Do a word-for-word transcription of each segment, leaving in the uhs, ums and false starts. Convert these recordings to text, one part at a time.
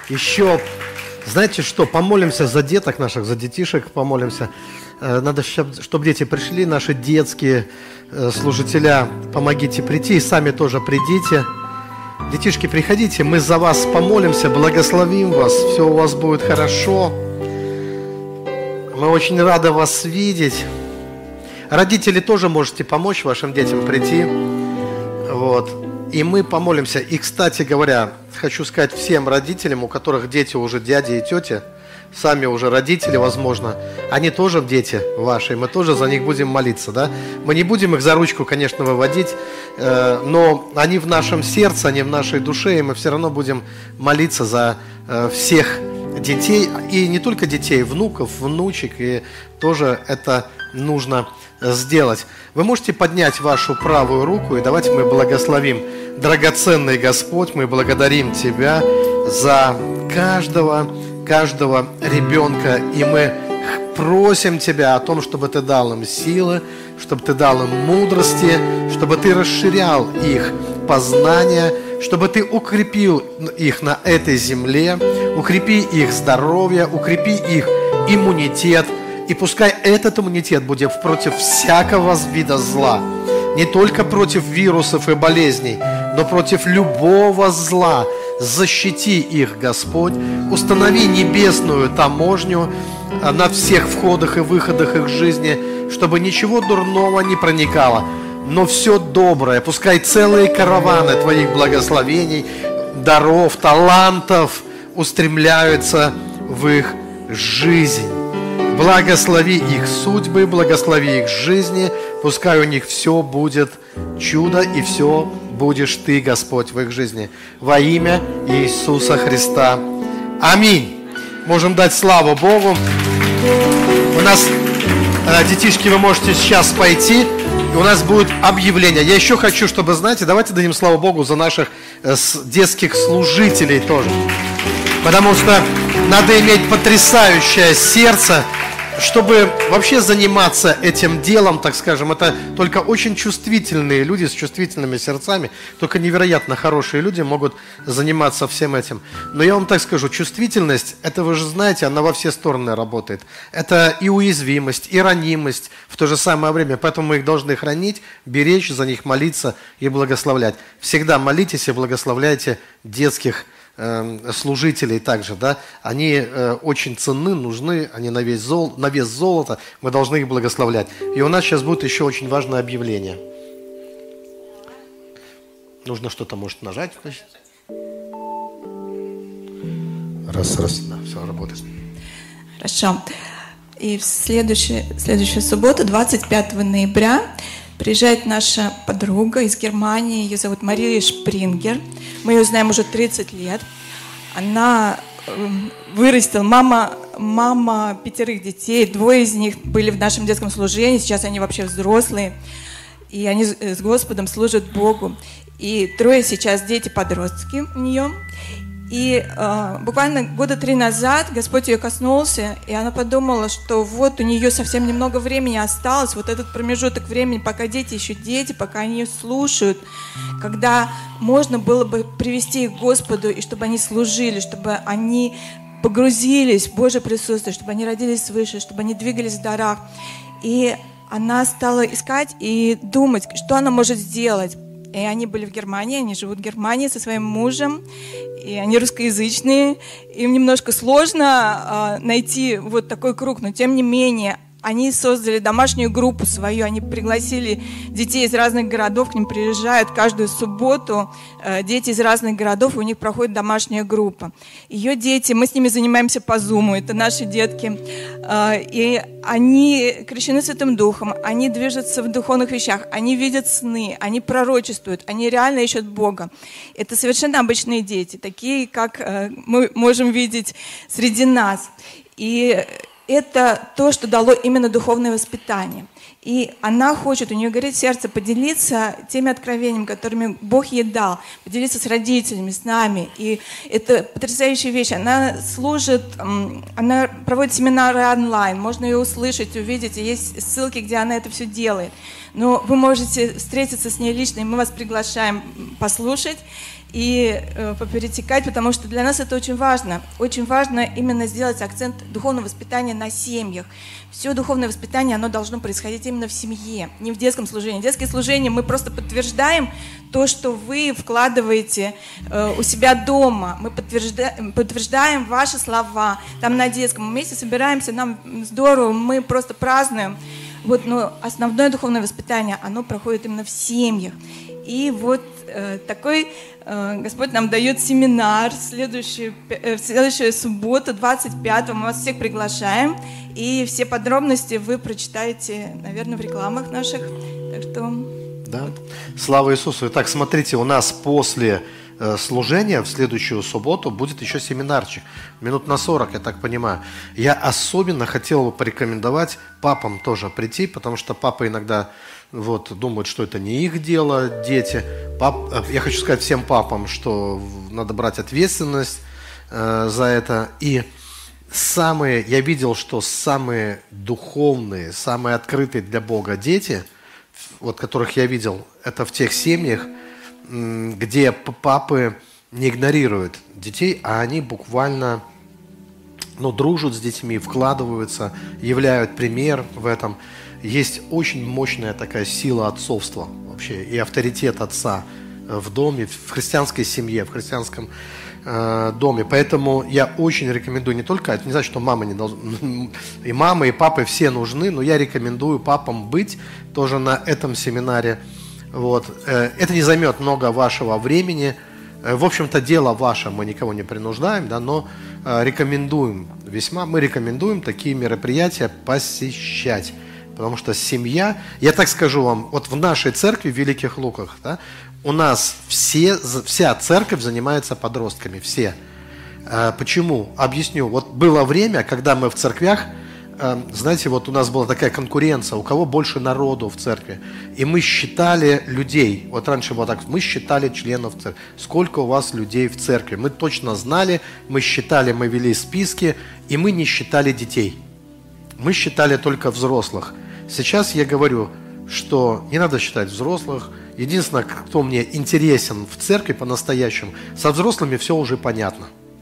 еще, знаете что, помолимся за деток наших, за детишек помолимся. Надо, чтобы дети пришли, наши детские служителя, помогите прийти, и сами тоже придите. Детишки, приходите, мы за вас помолимся, благословим вас, все у вас будет хорошо. Мы очень рады вас видеть. Родители тоже можете помочь вашим детям прийти. Вот. И мы помолимся. И, кстати говоря, хочу сказать всем родителям, у которых дети уже дяди и тети, сами уже родители, возможно, они тоже дети ваши, мы тоже за них будем молиться, да? Мы не будем их за ручку, конечно, выводить, э, но они в нашем сердце, они в нашей душе, и мы все равно будем молиться за э, всех детей, и не только детей, внуков, внучек, и тоже это нужно сделать. Вы можете поднять вашу правую руку, и давайте мы благословим. Драгоценный Господь, мы благодарим Тебя за каждого каждого ребенка, и мы просим Тебя о том, чтобы Ты дал им силы, чтобы Ты дал им мудрости, чтобы Ты расширял их познание, чтобы Ты укрепил их на этой земле, укрепи их здоровье, укрепи их иммунитет, и пускай этот иммунитет будет против всякого вида зла, не только против вирусов и болезней, но против любого зла. Защити их, Господь, установи небесную таможню на всех входах и выходах их жизни, чтобы ничего дурного не проникало, но все доброе, пускай целые караваны Твоих благословений, даров, талантов устремляются в их жизнь. Благослови их судьбы, благослови их жизни, пускай у них все будет чудо и все будешь Ты, Господь, в их жизни. Во имя Иисуса Христа. Аминь. Можем дать славу Богу. У нас, детишки, вы можете сейчас пойти, и у нас будет объявление. Я еще хочу, чтобы, знаете, давайте дадим славу Богу за наших детских служителей тоже. Потому что надо иметь потрясающее сердце, чтобы вообще заниматься этим делом, так скажем. Это только очень чувствительные люди с чувствительными сердцами, только невероятно хорошие люди могут заниматься всем этим. Но я вам так скажу, чувствительность, это вы же знаете, она во все стороны работает. Это и уязвимость, и ранимость в то же самое время. Поэтому мы их должны хранить, беречь, за них молиться и благословлять. Всегда молитесь и благословляйте детских служителей также, да, они э, очень ценны, нужны, они на вес, зол, на вес золота, мы должны их благословлять. И у нас сейчас будет еще очень важное объявление. Нужно что-то, может, нажать? Раз, раз, да, все работает. Хорошо. И в следующую, следующую субботу, двадцать пятого ноября, приезжает наша подруга из Германии, ее зовут Мария Шпрингер. Мы ее знаем уже тридцать лет. Она вырастила, мама, мама пятерых детей, двое из них были в нашем детском служении, сейчас они вообще взрослые, и они с Господом служат Богу. И трое сейчас дети-подростки у нее. И э, буквально года три назад Господь ее коснулся, и она подумала, что вот у нее совсем немного времени осталось, вот этот промежуток времени, пока дети еще дети, пока они ее слушают, когда можно было бы привести их к Господу, и чтобы они служили, чтобы они погрузились в Божье присутствие, чтобы они родились свыше, чтобы они двигались в дарах. И она стала искать и думать, что она может сделать. И они были в Германии, они живут в Германии со своим мужем, и они русскоязычные. Им немножко сложно э, найти вот такой круг, но тем не менее они создали домашнюю группу свою, они пригласили детей из разных городов, к ним приезжают каждую субботу э, дети из разных городов, и у них проходит домашняя группа. Ее дети, мы с ними занимаемся по Зуму, это наши детки, э, и они крещены Святым Духом, они движутся в духовных вещах, они видят сны, они пророчествуют, они реально ищут Бога. Это совершенно обычные дети, такие, как э, мы можем видеть среди нас. И это то, что дало именно духовное воспитание. И она хочет, у нее горит сердце поделиться теми откровениями, которыми Бог ей дал, поделиться с родителями, с нами. И это потрясающая вещь. Она служит, она проводит семинары онлайн, можно ее услышать, увидеть, и есть ссылки, где она это все делает. Но вы можете встретиться с ней лично, и мы вас приглашаем послушать. и э, поперетекать, потому что для нас это очень важно. Очень важно именно сделать акцент духовного воспитания на семьях. Все духовное воспитание, оно должно происходить именно в семье, не в детском служении. В детское служение мы просто подтверждаем то, что вы вкладываете э, у себя дома. Мы подтверждаем, подтверждаем ваши слова. Там на детском мы вместе собираемся, нам здорово, мы просто празднуем. Вот, но основное духовное воспитание, оно проходит именно в семьях. И вот э, такой э, Господь нам дает семинар в следующую, э, в следующую субботу, двадцать пятого. Мы вас всех приглашаем. И все подробности вы прочитаете, наверное, в рекламах наших. Так что... Да. Слава Иисусу. Итак, смотрите, у нас после э, служения в следующую субботу будет еще семинарчик. Минут на сорок, я так понимаю. Я особенно хотел бы порекомендовать папам тоже прийти, потому что папы иногда вот, думают, что это не их дело, дети. Пап, я хочу сказать всем папам, что надо брать ответственность э, за это. И самые, я видел, что самые духовные, самые открытые для Бога дети, вот которых я видел, это в тех семьях, где папы не игнорируют детей, а они буквально ну, дружат с детьми, вкладываются, являют пример в этом. Есть очень мощная такая сила отцовства вообще и авторитет отца в доме, в христианской семье, в христианском э, доме. Поэтому я очень рекомендую, не только, это не значит, что мама не должна, и мама, и папы все нужны, но я рекомендую папам быть тоже на этом семинаре. Вот. Это не займет много вашего времени. В общем-то, дело ваше, мы никого не принуждаем, да, но рекомендуем весьма, мы рекомендуем такие мероприятия посещать. Потому что семья, я так скажу вам, вот в нашей церкви в Великих Луках, да, у нас все, вся церковь занимается подростками, все. Почему? Объясню. Вот было время, когда мы в церквях, знаете, вот у нас была такая конкуренция, у кого больше народу в церкви. И мы считали людей, вот раньше было так, мы считали членов церкви. Сколько у вас людей в церкви? Мы точно знали, мы считали, мы вели списки, и мы не считали детей. Мы считали только взрослых. Сейчас я говорю, что не надо считать взрослых. Единственное, кто мне интересен в церкви по-настоящему, со взрослыми все уже понятно.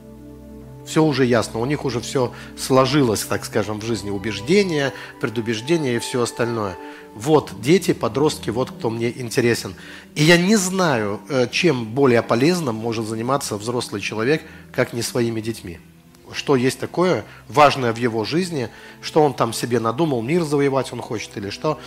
Все уже ясно, у них уже все сложилось, так скажем, в жизни. Убеждения, предубеждения и все остальное. Вот дети, подростки, вот кто мне интересен. И я не знаю, чем более полезным может заниматься взрослый человек, как не своими детьми. Что есть такое важное в его жизни, что он там себе надумал, мир завоевать он хочет или что,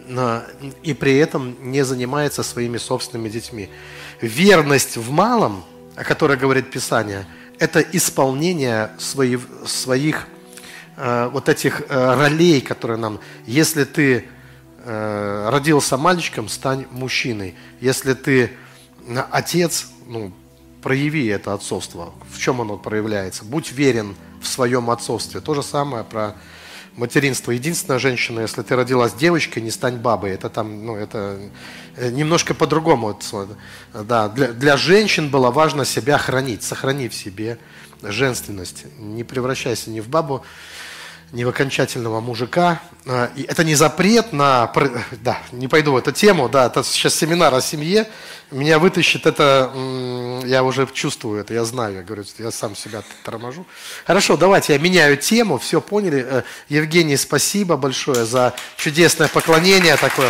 и при этом не занимается своими собственными детьми. Верность в малом, о которой говорит Писание, это исполнение своих, своих э, вот этих э, ролей, которые нам... Если ты э, родился мальчиком, стань мужчиной. Если ты отец, ну, прояви это отцовство. В чем оно проявляется? Будь верен в своем отцовстве. То же самое про материнство. Единственная женщина, если ты родилась девочкой, не стань бабой. Это там, ну, это немножко по-другому. Да, для, для женщин было важно себя хранить. Сохрани в себе женственность. Не превращайся ни в бабу, ни в окончательного мужика. И это не запрет на... Да, не пойду в эту тему. Да, это сейчас семинар о семье. Меня вытащит это... Я уже чувствую это, я знаю. Я говорю, я сам себя торможу. Хорошо, давайте я меняю тему. Все поняли. Евгений, спасибо большое за чудесное поклонение такое.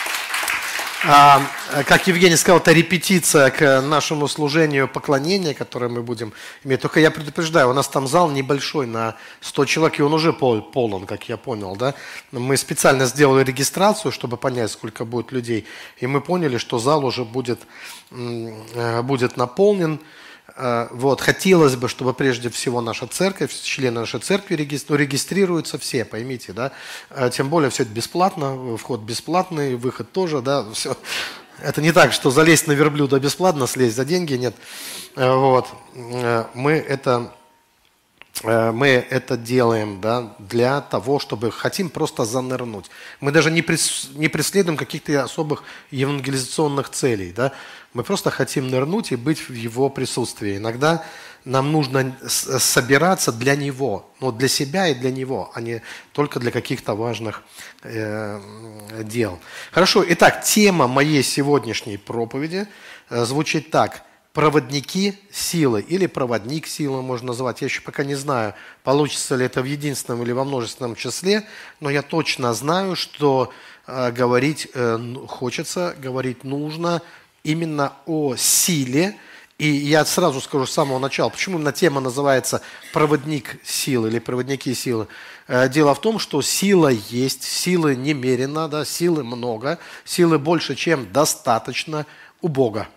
А, как Евгений сказал, это репетиция к нашему служению поклонения, которое мы будем иметь. Только я предупреждаю, у нас там зал небольшой на сто человек, и он уже пол, полон, как я понял. Да? Мы специально сделали регистрацию, чтобы понять, сколько будет людей. И мы поняли, что зал уже будет, будет наполнен. Вот. Хотелось бы, чтобы прежде всего наша церковь, члены нашей церкви регистрируются все, поймите, да. Тем более все это бесплатно, вход бесплатный, выход тоже, да. Все. Это не так, что залезть на верблюда бесплатно, слезть за деньги, нет. Вот. Мы это, мы это делаем, да, для того, чтобы хотим просто занырнуть. Мы даже не преследуем каких-то особых евангелизационных целей, да. Мы просто хотим нырнуть и быть в его присутствии. Иногда нам нужно собираться для него, ну, для себя и для него, а не только для каких-то важных э, дел. Хорошо, итак, тема моей сегодняшней проповеди э, звучит так. проводники силы или проводник силы можно назвать. Я еще пока не знаю, получится ли это в единственном или во множественном числе, но я точно знаю, что э, говорить э, хочется, говорить нужно именно о силе. И я сразу скажу с самого начала, почему именно тема называется «Проводник силы» или «Проводники силы». Дело в том, что сила есть, силы немерено, да, силы много, силы больше, чем достаточно у Бога.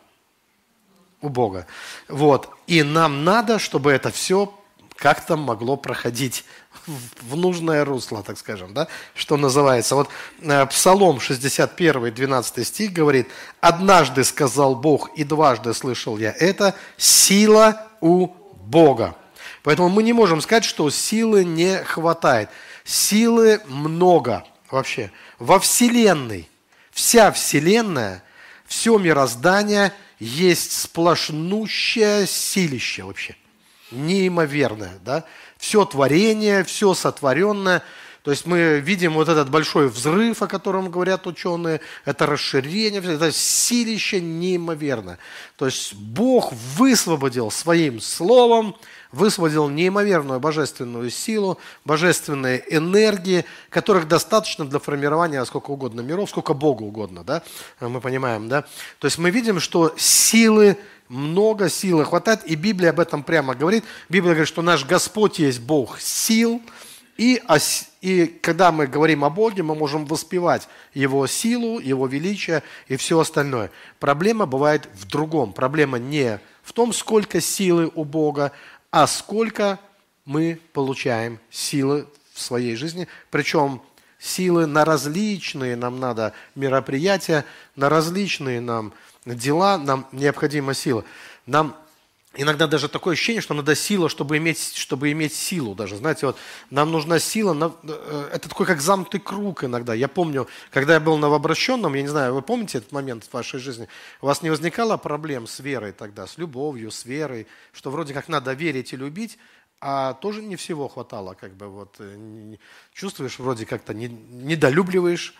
У Бога. Вот. И нам надо, чтобы это все как-то могло проходить в нужное русло, так скажем, да, что называется. Вот Псалом шестьдесят один, двенадцатый стих говорит: «Однажды сказал Бог, и дважды слышал я это, сила у Бога». Поэтому мы не можем сказать, что силы не хватает. Силы много вообще. Во Вселенной, вся Вселенная, все мироздание есть сплошнущее силище вообще. Неимоверное, да? Все творение, все сотворенное. То есть мы видим вот этот большой взрыв, о котором говорят ученые, это расширение, это силище неимоверное. То есть Бог высвободил своим словом, высвободил неимоверную божественную силу, божественные энергии, которых достаточно для формирования сколько угодно миров, сколько Богу угодно, да? Мы понимаем, да? То есть мы видим, что силы много, силы хватает, и Библия об этом прямо говорит. Библия говорит, что наш Господь есть Бог сил, и, и когда мы говорим о Боге, мы можем воспевать Его силу, Его величие и все остальное. Проблема бывает в другом. Проблема не в том, сколько силы у Бога, а сколько мы получаем силы в своей жизни. Причем силы на различные нам надо мероприятия, на различные нам дела, нам необходима сила. Нам иногда даже такое ощущение, что надо сила, чтобы иметь, чтобы иметь силу даже. Знаете, вот нам нужна сила, на, это такой как замкнутый круг иногда. Я помню, когда я был новообращенным, я не знаю, вы помните этот момент в вашей жизни, у вас не возникало проблем с верой тогда, с любовью, с верой, что вроде как надо верить и любить, а тоже не всего хватало, как бы вот чувствуешь, вроде как-то не, недолюбливаешь,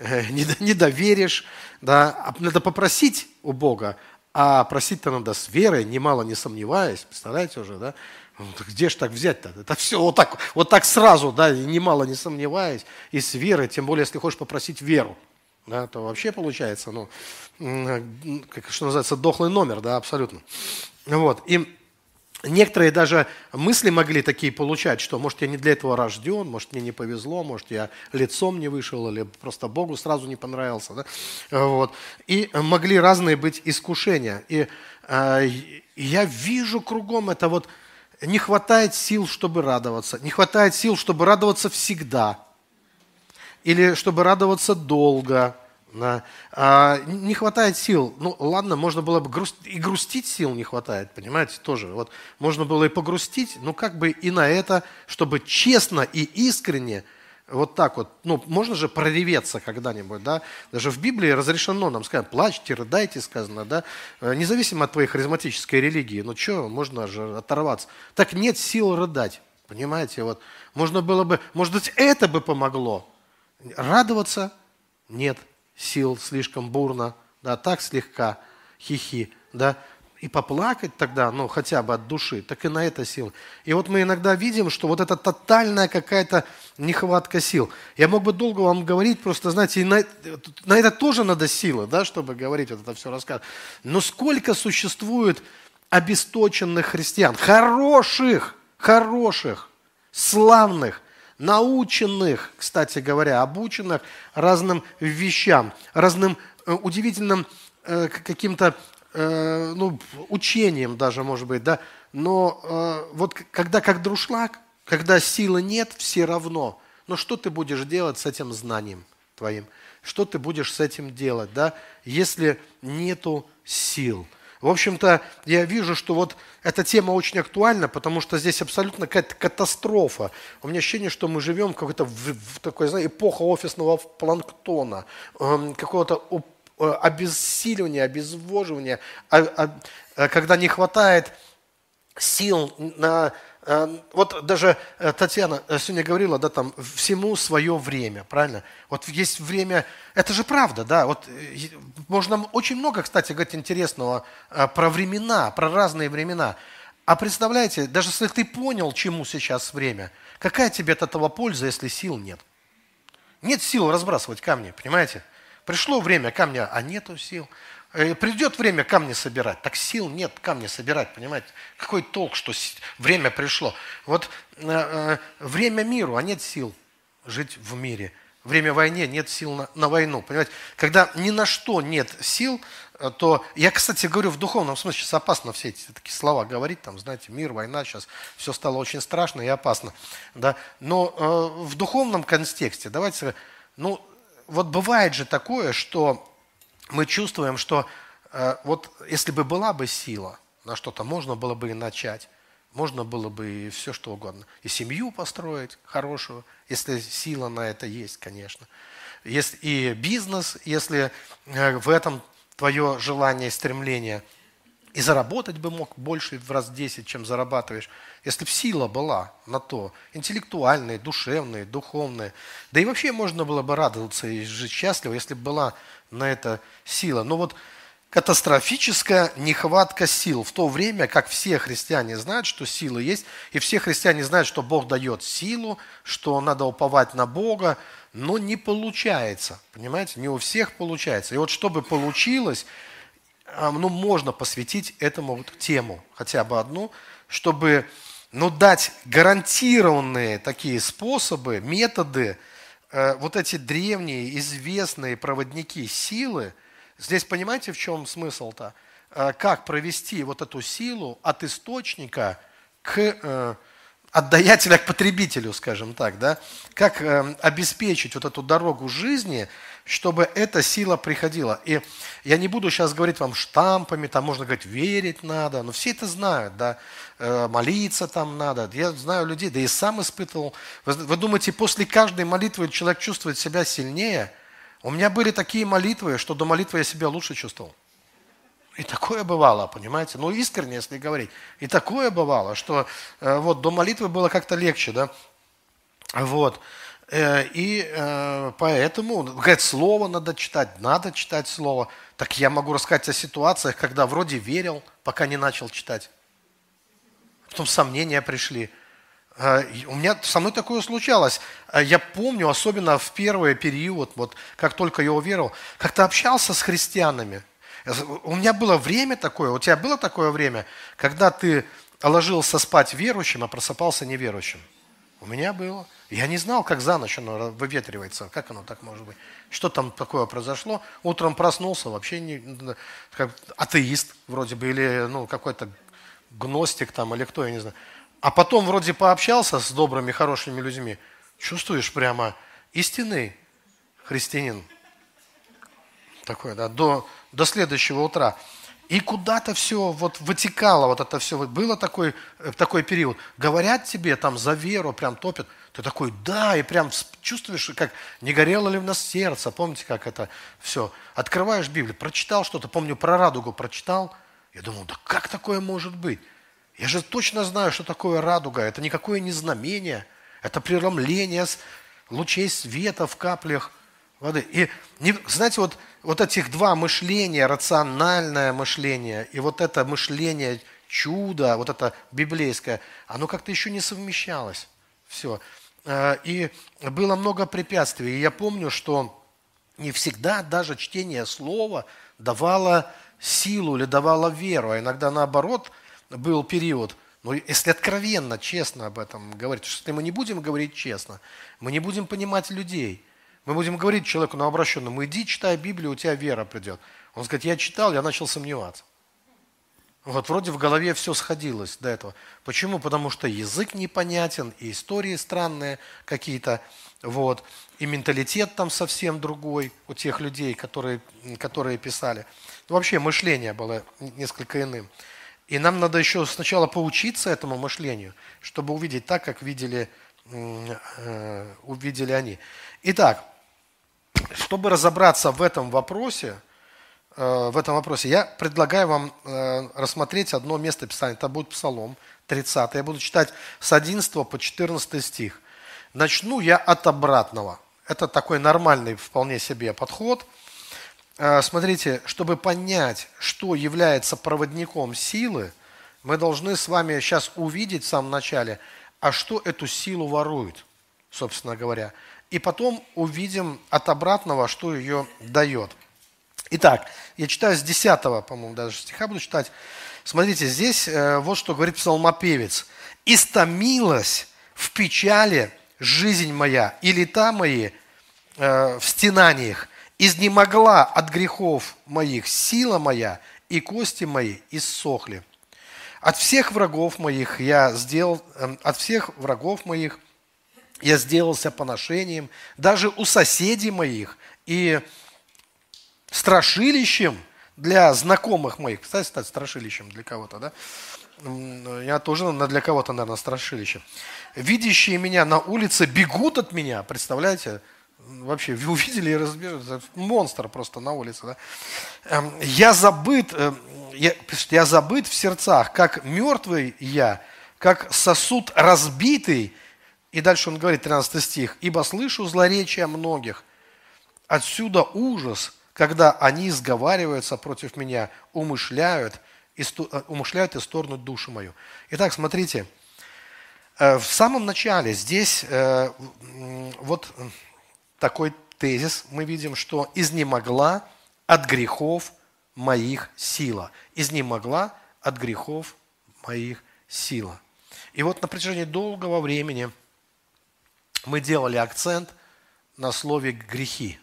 недоверишь, да, надо попросить у Бога, а просить-то надо с верой, немало не сомневаясь, представляете уже, да? Где ж так взять-то? Это все вот так, вот так сразу, да, немало не сомневаясь, и с верой, тем более, если хочешь попросить веру, да, то вообще получается, ну, как, что называется, дохлый номер, да, абсолютно. Вот, и некоторые даже мысли могли такие получать, что, может, я не для этого рожден, может, мне не повезло, может, я лицом не вышел, или просто Богу сразу не понравился. Да? Вот. И могли разные быть искушения. И э, я вижу кругом это вот, не хватает сил, чтобы радоваться, не хватает сил, чтобы радоваться всегда, или чтобы радоваться долго. Да. А, не хватает сил. Ну, ладно, можно было бы грустить, и грустить сил не хватает, понимаете, тоже. Вот можно было и погрустить, но как бы и на это, чтобы честно и искренне, вот так вот, ну, можно же прореветься когда-нибудь, да. Даже в Библии разрешено нам сказать, плачьте, рыдайте, сказано, да. Независимо от твоей харизматической религии, ну, что, можно же оторваться. Так нет сил рыдать, понимаете, вот. Можно было бы, может быть, это бы помогло. Радоваться нет сил, слишком бурно, да, так слегка, хихи, да, и поплакать тогда, ну, хотя бы от души, так и на это сил. И вот мы иногда видим, что вот это тотальная какая-то нехватка сил. Я мог бы долго вам говорить, просто, знаете, и на, на это тоже надо силы, да, чтобы говорить, вот это все рассказывать. Но сколько существует обесточенных христиан, хороших, хороших, славных, наученных, кстати говоря, обученных разным вещам, разным э, удивительным э, каким-то э, ну, учением даже, может быть, да. Но э, вот когда как друшлаг, когда силы нет, все равно. Но что ты будешь делать с этим знанием твоим? Что ты будешь с этим делать, да, если нету сил? В общем-то, я вижу, что вот эта тема очень актуальна, потому что здесь абсолютно какая-то катастрофа. У меня ощущение, что мы живем в какой-то в, в такой, знаете, эпоха офисного планктона, э, какого-то обессиливания, обезвоживания, а, а, когда не хватает сил на Вот даже Татьяна сегодня говорила, да, там, всему свое время, правильно? Вот есть время, это же правда, да, вот можно очень много, кстати, говорить интересного про времена, про разные времена. А представляете, даже если ты понял, чему сейчас время, какая тебе от этого польза, если сил нет? Нет сил разбрасывать камни, понимаете? Пришло время камня, а нету сил. Придет время камни собирать, так сил нет камни собирать, понимаете? Какой толк, что время пришло? Вот э, время миру, а нет сил жить в мире. Время войне, нет сил на, на войну, понимаете? Когда ни на что нет сил, то, я, кстати, говорю в духовном смысле, сейчас опасно все эти такие слова говорить, там, знаете, мир, война, сейчас все стало очень страшно и опасно, да? Но э, в духовном контексте, давайте, ну, вот бывает же такое, что мы чувствуем, что э, вот если бы была бы сила на что-то, можно было бы и начать, можно было бы и все что угодно. И семью построить хорошую, если сила на это есть, конечно. Если, и бизнес, если э, в этом твое желание, стремление. И заработать бы мог больше в раз десять, чем зарабатываешь, если бы сила была на то, интеллектуальная, душевная, духовная. Да и вообще можно было бы радоваться и жить счастливо, если бы была на это сила. Но вот катастрофическая нехватка сил в то время, как все христиане знают, что сила есть, и все христиане знают, что Бог дает силу, что надо уповать на Бога, но не получается, понимаете, не у всех получается. И вот чтобы получилось, ну, можно посвятить этому вот тему, хотя бы одну, чтобы, ну, дать гарантированные такие способы, методы, э, вот эти древние, известные проводники силы. Здесь понимаете, в чем смысл-то? Э, как провести вот эту силу от источника к, э, от даятеля к потребителю, скажем так, да? Как э, обеспечить вот эту дорогу жизни, чтобы эта сила приходила. И я не буду сейчас говорить вам штампами, там можно говорить, верить надо, но все это знают, да, молиться там надо. Я знаю людей, да и сам испытывал. Вы, вы думаете, после каждой молитвы человек чувствует себя сильнее? У меня были такие молитвы, что до молитвы я себя лучше чувствовал. И такое бывало, понимаете? Ну, искренне, если говорить. И такое бывало, что э, вот до молитвы было как-то легче, да. Вот. И э, поэтому, говорят, слово надо читать, надо читать слово. Так я могу рассказать о ситуациях, когда вроде верил, пока не начал читать. Потом сомнения пришли. Э, у меня со мной такое случалось. Я помню, особенно в первый период, вот как только я уверовал, как-то общался с христианами. У меня было время такое, у тебя было такое время, когда ты ложился спать верующим, а просыпался неверующим? У меня было. Я не знал, как за ночь оно выветривается, как оно так может быть. Что там такое произошло? Утром проснулся, вообще не, как атеист вроде бы, или ну, какой-то гностик там, или кто, я не знаю. А потом вроде пообщался с добрыми, хорошими людьми. Чувствуешь прямо истинный христианин. Такой, да, до, до следующего утра. И куда-то все вот вытекало, вот это все. Было такой, такой период. Говорят тебе там за веру, прям топят. Ты такой, да, и прям чувствуешь, как не горело ли в нас сердце. Помните, как это все. Открываешь Библию, прочитал что-то. Помню, про радугу прочитал. Я думал, да как такое может быть? Я же точно знаю, что такое радуга. Это никакое не знамение. Это преломление лучей света в каплях воды. И, знаете, вот, вот этих два мышления, рациональное мышление и вот это мышление чуда, вот это библейское, оно как-то еще не совмещалось. Все. И было много препятствий. И я помню, что не всегда даже чтение слова давало силу или давало веру, а иногда наоборот был период. Но если откровенно, честно об этом говорить, что если мы не будем говорить честно, мы не будем понимать людей. Мы будем говорить человеку на обращенному, иди читай Библию, у тебя вера придет. Он скажет, я читал, я начал сомневаться. Вот вроде в голове все сходилось до этого. Почему? Потому что язык непонятен, и истории странные какие-то, вот, и менталитет там совсем другой у тех людей, которые, которые писали. Ну, вообще мышление было несколько иным. И нам надо еще сначала поучиться этому мышлению, чтобы увидеть так, как видели, э, увидели они. Итак, чтобы разобраться в этом вопросе, э, в этом вопросе, я предлагаю вам э, рассмотреть одно место Писания. Это будет Псалом тридцатый. Я буду читать с одиннадцатого по четырнадцатый стих. Начну я от обратного. Это такой нормальный вполне себе подход. Смотрите, чтобы понять, что является проводником силы, мы должны с вами сейчас увидеть в самом начале, а что эту силу ворует, собственно говоря. И потом увидим от обратного, что ее дает. Итак, я читаю с десятого, по-моему, даже стиха буду читать. Смотрите, здесь э, вот что говорит псалмопевец. «Истомилась в печали жизнь моя, и лета мои э, в стенаниях, изнемогла от грехов моих сила моя, и кости мои иссохли. От всех врагов моих я сделал, э, от всех врагов моих я сделался поношением, даже у соседей моих, и страшилищем для знакомых моих». Представьте, стать страшилищем для кого-то, да? Я тоже для кого-то, наверное, страшилище. «Видящие меня на улице бегут от меня». Представляете? Вообще, вы увидели и разбежались. Монстр просто на улице. Да? «Я забыт, я, я забыт в сердцах, как мертвый я, как сосуд разбитый». И дальше он говорит, тринадцатый стих. «Ибо слышу злоречия многих. Отсюда ужас, когда они сговариваются против меня, умышляют, умышляют исторгнуть душу мою». Итак, смотрите, в самом начале здесь вот такой тезис мы видим, что «изнемогла от грехов моих сила». «Изнемогла от грехов моих сила». И вот на протяжении долгого времени мы делали акцент на слове «грехи».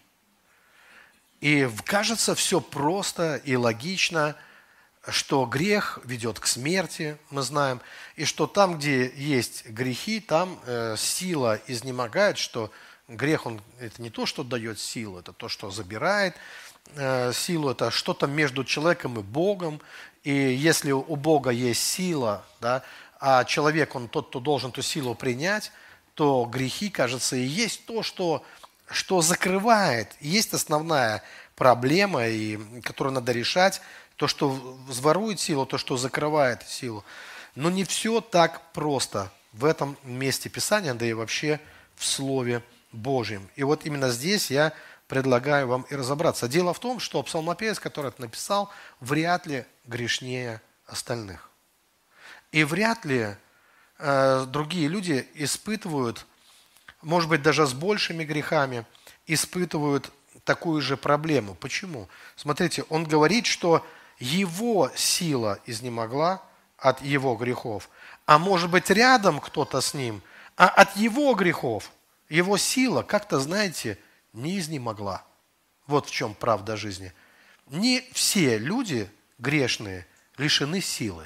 И кажется, все просто и логично, что грех ведет к смерти, мы знаем, и что там, где есть грехи, там э, сила изнемогает, что грех, он, это не то, что дает силу, это то, что забирает э, силу, это что-то между человеком и Богом. И если у Бога есть сила, да, а человек, он тот, кто должен эту силу принять, то грехи, кажется, и есть то, что, что закрывает. Есть основная проблема, и, которую надо решать, то, что ворует силу, то, что закрывает силу. Но не все так просто в этом месте Писания, да и вообще в Слове Божьем. И вот именно здесь я предлагаю вам и разобраться. Дело в том, что псалмопевец, который это написал, вряд ли грешнее остальных. И вряд ли э, другие люди испытывают, может быть, даже с большими грехами, испытывают такую же проблему. Почему? Смотрите, он говорит, что его сила изнемогла от его грехов, а может быть рядом кто-то с ним, а от его грехов его сила как-то, знаете, не изнемогла. Вот в чем правда жизни. Не все люди грешные лишены силы.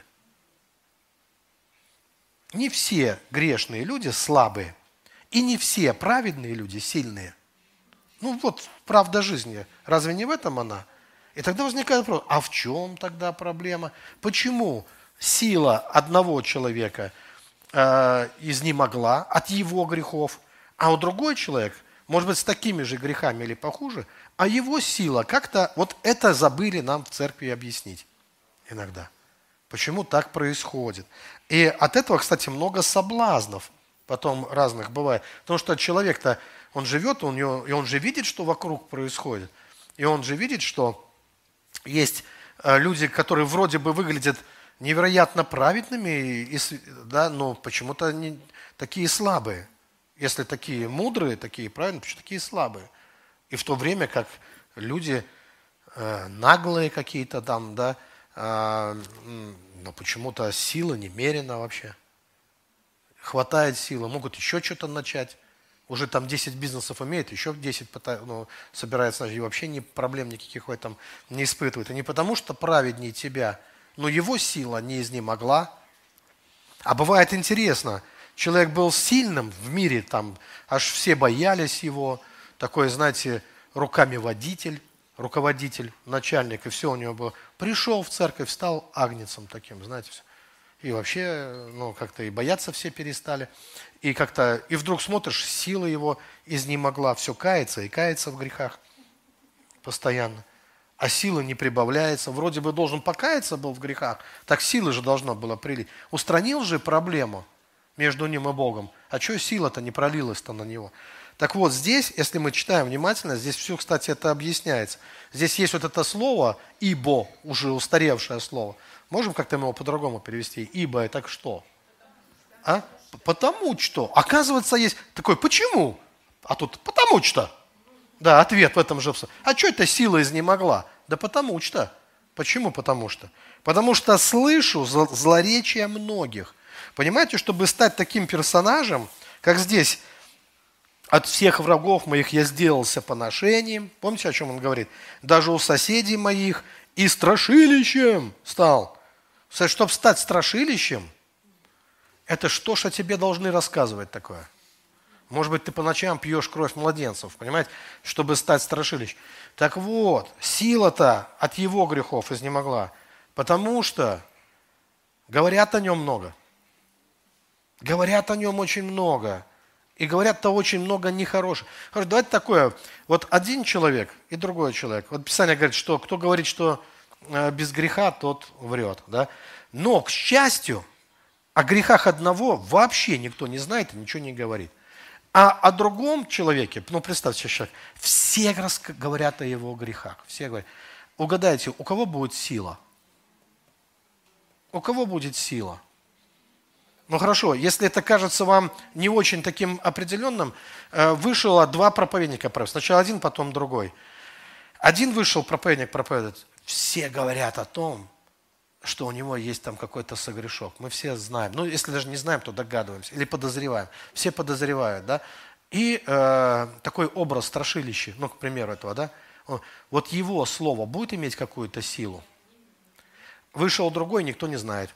Не все грешные люди слабые, и не все праведные люди сильные. Ну вот правда жизни. Разве не в этом она? И тогда возникает вопрос, а в чем тогда проблема? Почему сила одного человека э, изнемогла от его грехов, а у другой человек, может быть, с такими же грехами или похуже, а его сила как-то, вот это забыли нам в церкви объяснить иногда. Почему так происходит? И от этого, кстати, много соблазнов потом разных бывает. Потому что человек-то, он живет, у него, и он же видит, что вокруг происходит. И он же видит, что есть люди, которые вроде бы выглядят невероятно праведными, да, но почему-то они такие слабые. Если такие мудрые, такие праведные, почему такие слабые? И в то время как люди э, наглые какие-то там, да, э, но почему-то сила немерена вообще. Хватает силы, могут еще что-то начать. Уже там десять бизнесов имеют, еще десять ну, собирается, и вообще ни, проблем никаких в этом не испытывает. И не потому, что праведнее тебя, но его сила не изнемогла. А бывает интересно, человек был сильным в мире, там аж все боялись его, такой, знаете, руками водитель, руководитель, начальник, и все у него было. Пришел в церковь, стал агнцем таким, знаете, все. И вообще, ну, как-то и бояться все перестали. И как-то, и вдруг смотришь, сила его изнемогла, все кается и кается в грехах постоянно. а силы не прибавляется. Вроде бы должен покаяться был в грехах, так силы же должно было прилить. Устранил же проблему между ним и Богом. А что сила-то не пролилась-то на него? Так вот, здесь, если мы читаем внимательно, здесь все, кстати, это объясняется. Здесь есть вот это слово «ибо», уже устаревшее слово. Можем как-то его по-другому перевести? «Ибо» – это что? А? Потому что. Оказывается, есть такой «почему?» А тут «потому что». Да, ответ в этом же. А что это сила изнемогла? Да потому что. Почему потому что? Потому что слышу злоречия многих. Понимаете, чтобы стать таким персонажем, как здесь, от всех врагов моих я сделался поношением. Помните, о чем он говорит? Даже у соседей моих и страшилищем стал. Чтобы стать страшилищем, это что ж о тебе должны рассказывать такое? Может быть, ты по ночам пьешь кровь младенцев, понимаете, чтобы стать страшилищем. Так вот, сила-то от его грехов изнемогла, потому что говорят о нем много. Говорят о нем очень много. И говорят-то очень много нехорошего. Хорошо, давайте такое. Вот один человек и другой человек. Вот Писание говорит, что кто говорит, что без греха, тот врет. Да? Но, к счастью, о грехах одного вообще никто не знает и ничего не говорит. А о другом человеке, ну представьте сейчас, все говорят о его грехах. Все говорят. Угадайте, у кого будет сила? У кого будет сила? Ну хорошо, если это кажется вам не очень таким определенным, вышло два проповедника. Сначала один, потом другой. Один вышел проповедник проповедует. Все говорят о том, что у него есть там какой-то согрешок. Мы все знаем. Ну, если даже не знаем, то догадываемся. Или подозреваем. Все подозревают, да. И э, такой образ страшилища, ну, к примеру этого, да. Вот его слово будет иметь какую-то силу. Вышел другой, никто не знает.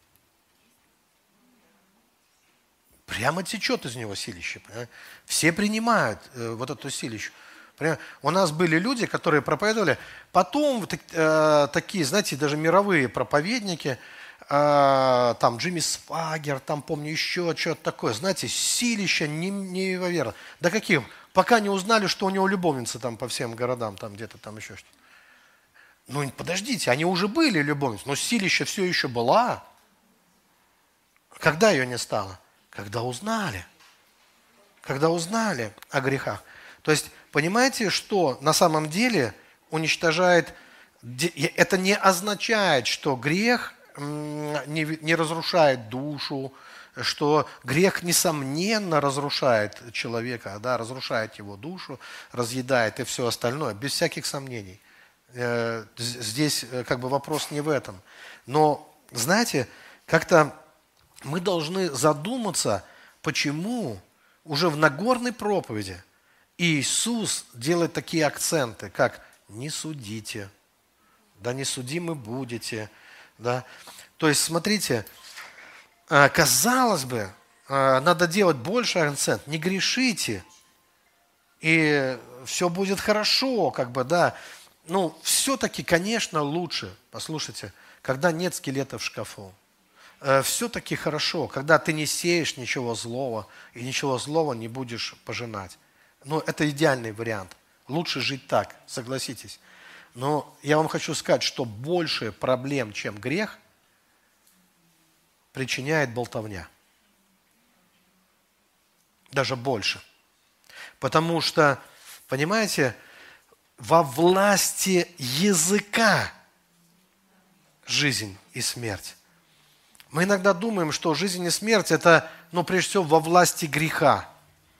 Прямо течет из него силище. Понимаете? Все принимают э, вот эту силищу. У нас были люди, которые проповедовали, потом э, такие, знаете, даже мировые проповедники, э, там Джимми Свагер, там, помню, еще что-то такое, знаете, силища невероятно. Да каких? Пока не узнали, что у него любовницы там по всем городам, там где-то там еще что-то. Ну, подождите, они уже были любовницы, но силища все еще была. Когда ее не стало? Когда узнали. Когда узнали о грехах. То есть, понимаете, что на самом деле уничтожает, это не означает, что грех не, не разрушает душу, что грех, несомненно, разрушает человека, да, разрушает его душу, разъедает и все остальное, без всяких сомнений. Здесь как бы вопрос не в этом. Но, знаете, как-то мы должны задуматься, почему уже в Нагорной проповеди Иисус делает такие акценты, как «не судите», «да не судимы будете». Да? То есть, смотрите, казалось бы, надо делать больше акцент, не грешите, и все будет хорошо, как бы, да. Ну, все-таки, конечно, лучше, послушайте, когда нет скелета в шкафу. Все-таки хорошо, когда ты не сеешь ничего злого, и ничего злого не будешь пожинать. Ну, это идеальный вариант. Лучше жить так, согласитесь. Но я вам хочу сказать, что больше проблем, чем грех, причиняет болтовня. Даже больше. Потому что, понимаете, во власти языка жизнь и смерть. Мы иногда думаем, что жизнь и смерть – это, ну, прежде всего, во власти греха.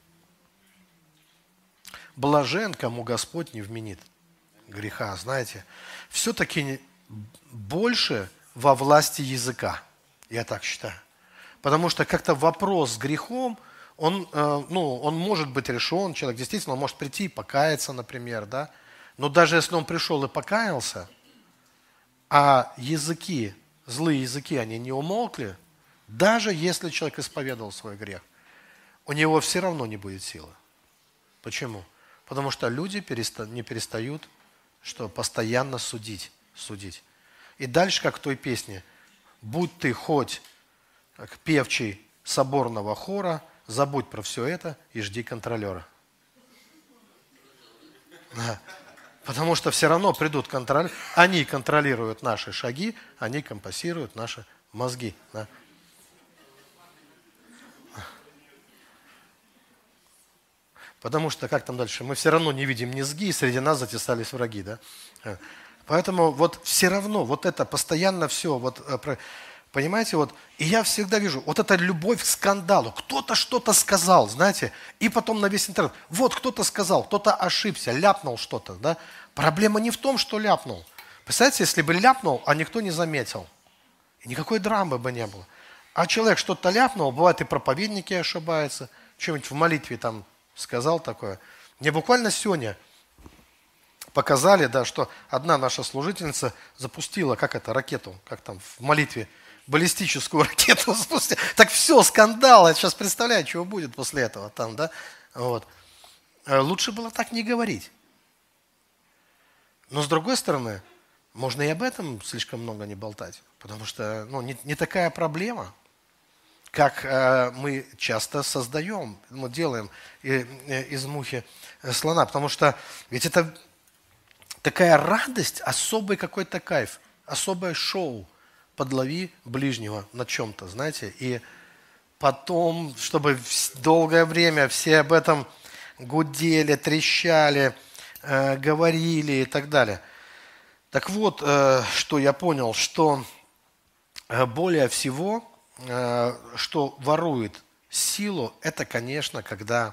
Блажен, кому Господь не вменит греха, знаете. Все-таки больше во власти языка, я так считаю. Потому что как-то вопрос с грехом, он, э, ну, он может быть решен, человек действительно может прийти и покаяться, например, да. Но даже если он пришел и покаялся, а языки, злые языки, они не умолкли, даже если человек исповедовал свой грех, у него все равно не будет силы. Почему? Потому что люди переста- не перестают, что постоянно судить, судить. И дальше, как в той песне, будь ты хоть как певчий соборного хора, забудь про все это и жди контролера. Да. Потому что все равно придут контроль, они контролируют наши шаги, они компасируют наши мозги. Да? Потому что, как там дальше, мы все равно не видим низги, и среди нас затесались враги. Да? Поэтому вот все равно, вот это постоянно все, вот, понимаете, вот, и я всегда вижу, вот эта любовь к скандалу, кто-то что-то сказал, знаете, и потом на весь интернет, вот кто-то сказал, кто-то ошибся, ляпнул что-то, да, проблема не в том, что ляпнул. Представляете, если бы ляпнул, а никто не заметил, и никакой драмы бы не было. А человек что-то ляпнул, бывает и проповедники ошибаются, что-нибудь в молитве там сказал такое. Мне буквально сегодня показали, да, что одна наша служительница запустила, как это, ракету, как там в молитве, баллистическую ракету запустила. Так все, скандал, я сейчас представляю, чего будет после этого там, да. Вот. Лучше было так не говорить. Но с другой стороны, можно и об этом слишком много не болтать, потому что ну, не, не такая проблема, как э, мы часто создаем, мы делаем э, э, из мухи слона, потому что ведь это такая радость, особый какой-то кайф, особое шоу. Подлови ближнего на чем-то, знаете, и потом, чтобы долгое время все об этом гудели, трещали, э, говорили и так далее. Так вот, э, что я понял, что э, более всего, э, что ворует силу, это, конечно, когда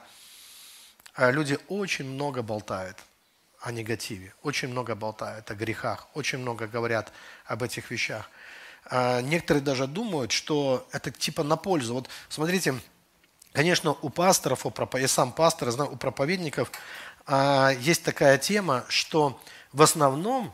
э, люди очень много болтают о негативе, очень много болтают о грехах, очень много говорят об этих вещах. Некоторые даже думают, что это типа на пользу. Вот смотрите, конечно, у пасторов, у проп... я сам пастор, знаю, у проповедников есть такая тема, что в основном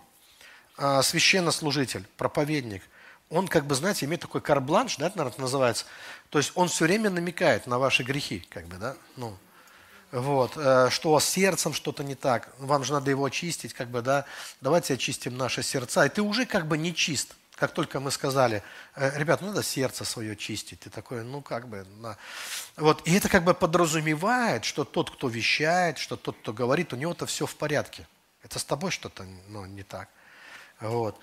священнослужитель, проповедник, он как бы, знаете, имеет такой карт-бланш, да, это, наверное, называется. То есть он все время намекает на ваши грехи, как бы, да, ну, вот, что с сердцем что-то не так, вам же надо его очистить, как бы, да, давайте очистим наши сердца, и ты уже как бы не чист. Как только мы сказали, ребят, ну надо сердце свое чистить, ты такой, ну как бы, на. Вот, и это как бы подразумевает, что тот, кто вещает, что тот, кто говорит, у него-то все в порядке. Это с тобой что-то ну, не так. Вот.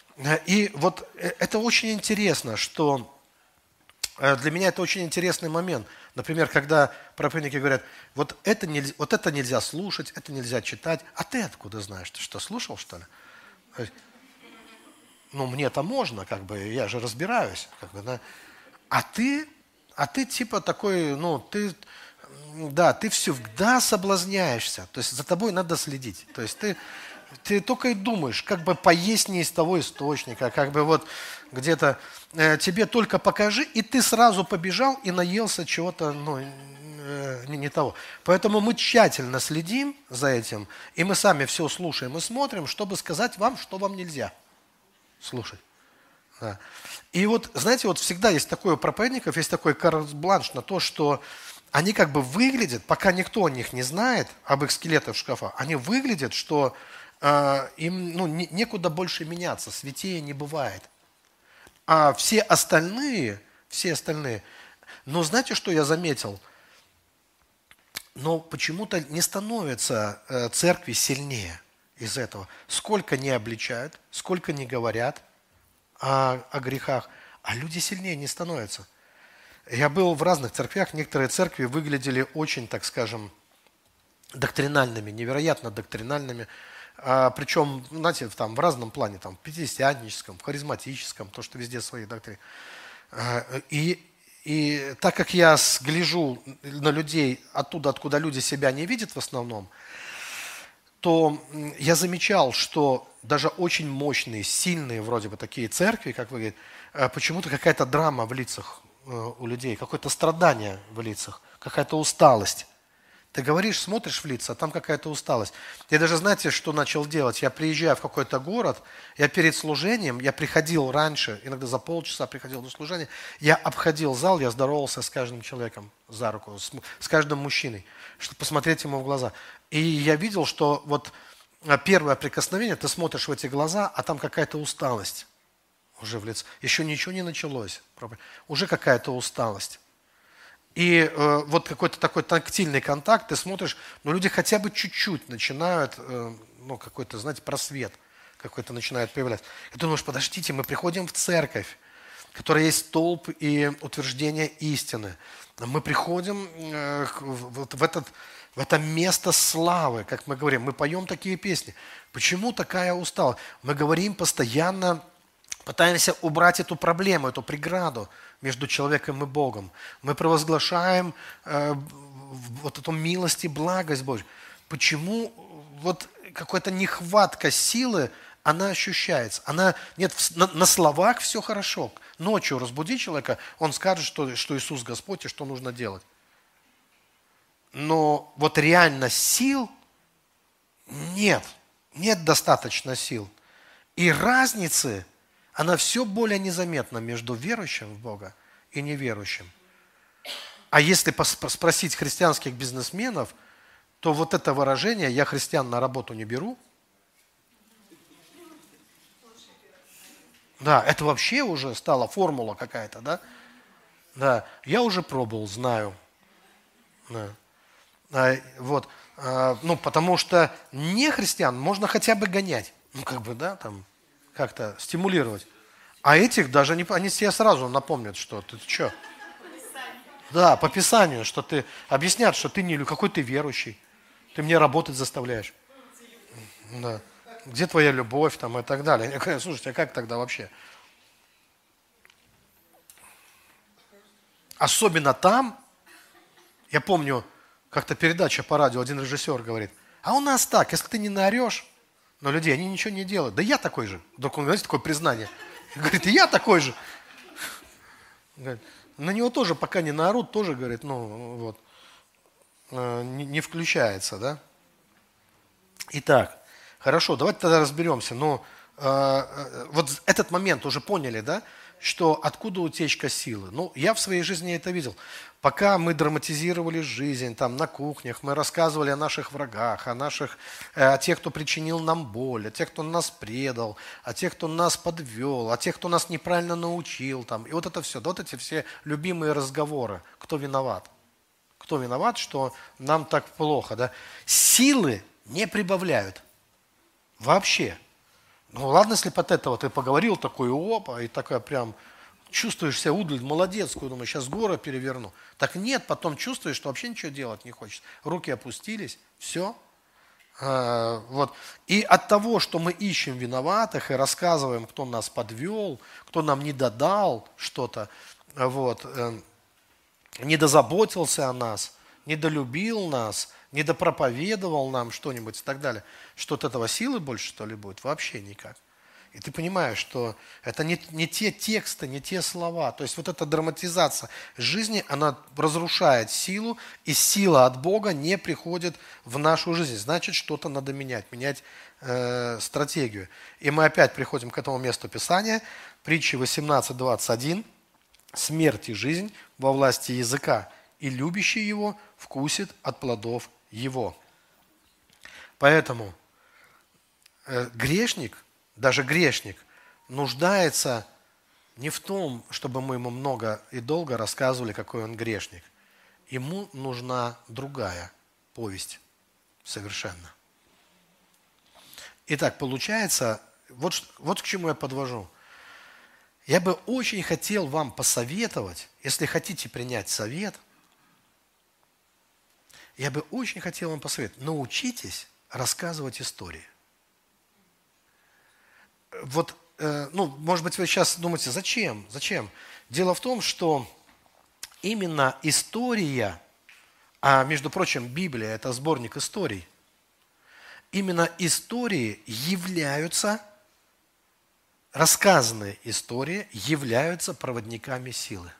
И вот это очень интересно, что для меня это очень интересный момент. Например, когда проповедники говорят, вот это нельзя, вот это нельзя слушать, это нельзя читать, а ты откуда знаешь? Ты что, слушал, что ли? Ну, мне-то можно, как бы, я же разбираюсь, как бы, да. А ты, а ты типа такой, ну, ты, да, ты всегда соблазняешься, то есть за тобой надо следить, то есть ты, ты только и думаешь, как бы поесть не из того источника, как бы вот где-то э, тебе только покажи, и ты сразу побежал и наелся чего-то, ну, э, не, не того. Поэтому мы тщательно следим за этим, и мы сами все слушаем и смотрим, чтобы сказать вам, что вам нельзя слушать. Да. И вот, знаете, вот всегда есть такое у проповедников, есть такой карт-бланш на то, что они как бы выглядят, пока никто о них не знает, об их скелетах в шкафах, они выглядят, что э, им ну, не, некуда больше меняться, святее не бывает. А все остальные, все остальные, но знаете, что я заметил? Но почему-то не становятся э, церкви сильнее из этого. Сколько не обличают, сколько не говорят о, о грехах, а люди сильнее не становятся. Я был в разных церквях, некоторые церкви выглядели очень, так скажем, доктринальными, невероятно доктринальными, а, причем, знаете, там, в разном плане, там, в пятидесятническом, в харизматическом, то, что везде свои доктрины. А, и, и так как я гляжу на людей оттуда, откуда люди себя не видят в основном, то я замечал, что даже очень мощные, сильные вроде бы такие церкви, как вы говорите, почему-то какая-то драма в лицах у людей, какое-то страдание в лицах, какая-то усталость. Ты говоришь, смотришь в лица, а там какая-то усталость. Я даже, знаете, что начал делать? Я приезжаю в какой-то город, я перед служением, я приходил раньше, иногда за полчаса приходил до служения, я обходил зал, я здоровался с каждым человеком за руку, с, с каждым мужчиной, чтобы посмотреть ему в глаза. И я видел, что вот первое прикосновение, ты смотришь в эти глаза, а там какая-то усталость уже в лице. Еще ничего не началось, уже какая-то усталость. И э, вот какой-то такой тактильный контакт, ты смотришь, но люди хотя бы чуть-чуть начинают э, ну, какой-то, знаете, просвет какой-то начинает появляться. И ты думаешь, подождите, мы приходим в церковь, в которой есть столб и утверждение истины. Мы приходим э, вот в, этот, в это место славы, как мы говорим. Мы поем такие песни. Почему такая усталость? Мы говорим постоянно, пытаемся убрать эту проблему, эту преграду между человеком и Богом. Мы провозглашаем э, вот эту милость и благость Божью. Почему вот какая-то нехватка силы, она ощущается. Она, нет, на, на словах все хорошо. Ночью разбуди человека, он скажет, что, что Иисус Господь и что нужно делать. Но вот реально сил нет. Нет достаточно сил. И разницы, она все более незаметна между верующим в Бога и неверующим. А если спросить христианских бизнесменов, то вот это выражение «я христиан на работу не беру», да, это вообще уже стала формула какая-то, да? Да, я уже пробовал, знаю. Да. А, вот, а, ну, потому что не христиан можно хотя бы гонять, ну, как бы, да, там, как-то стимулировать. А этих даже, не, они себе сразу напомнят, что ты что? Да, по Писанию, что ты, объяснят, что ты не, какой ты верующий, ты мне работать заставляешь. Да. Где твоя любовь там и так далее. Я говорю, слушайте, а как тогда вообще? Особенно там, я помню, как-то передача по радио, один режиссер говорит, а у нас так, если ты не наорешь на людей, они ничего не делают. Да я такой же. Вдруг он говорит, такое признание. Говорит, и я такой же. Говорит, на него тоже пока не наорут, тоже, говорит, ну вот, не, не включается, да. Итак, хорошо, давайте тогда разберемся. Но э, вот этот момент уже поняли, да, что откуда утечка силы. Ну, я в своей жизни это видел. Пока мы драматизировали жизнь, там на кухнях, мы рассказывали о наших врагах, о наших, э, о тех, кто причинил нам боль, о тех, кто нас предал, о тех, кто нас подвел, о тех, кто нас неправильно научил, там, и вот это все, да, вот эти все любимые разговоры. Кто виноват? Кто виноват, что нам так плохо, да? Силы не прибавляют. Вообще. Ну ладно, если под этого ты поговорил, такой опа, и такая прям чувствуешь себя удаль, молодецкую, думаю, сейчас горы переверну. Так нет, потом чувствуешь, что вообще ничего делать не хочешь. Руки опустились, все. А, вот. И от того, что мы ищем виноватых и рассказываем, кто нас подвел, кто нам не додал что-то, вот, э, не дозаботился о нас, не долюбил нас, не допроповедовал нам что-нибудь и так далее, что от этого силы больше, что ли, будет? Вообще никак. И ты понимаешь, что это не, не те тексты, не те слова. То есть вот эта драматизация жизни, она разрушает силу, и сила от Бога не приходит в нашу жизнь. Значит, что-то надо менять, менять э, стратегию. И мы опять приходим к этому месту Писания. Притчи восемнадцать двадцать один. «Смерть и жизнь во власти языка, и любящий его вкусит от плодов его». Поэтому э, грешник, даже грешник, нуждается не в том, чтобы мы ему много и долго рассказывали, какой он грешник. Ему нужна другая повесть совершенно. Итак, получается, вот, вот к чему я подвожу. Я бы очень хотел вам посоветовать, если хотите принять совет, я бы очень хотел вам посоветовать, научитесь рассказывать истории. Вот, э, ну, может быть, вы сейчас думаете, зачем? Зачем? Дело в том, что именно история, а между прочим, Библия – это сборник историй, именно истории являются, рассказанные истории являются проводниками силы.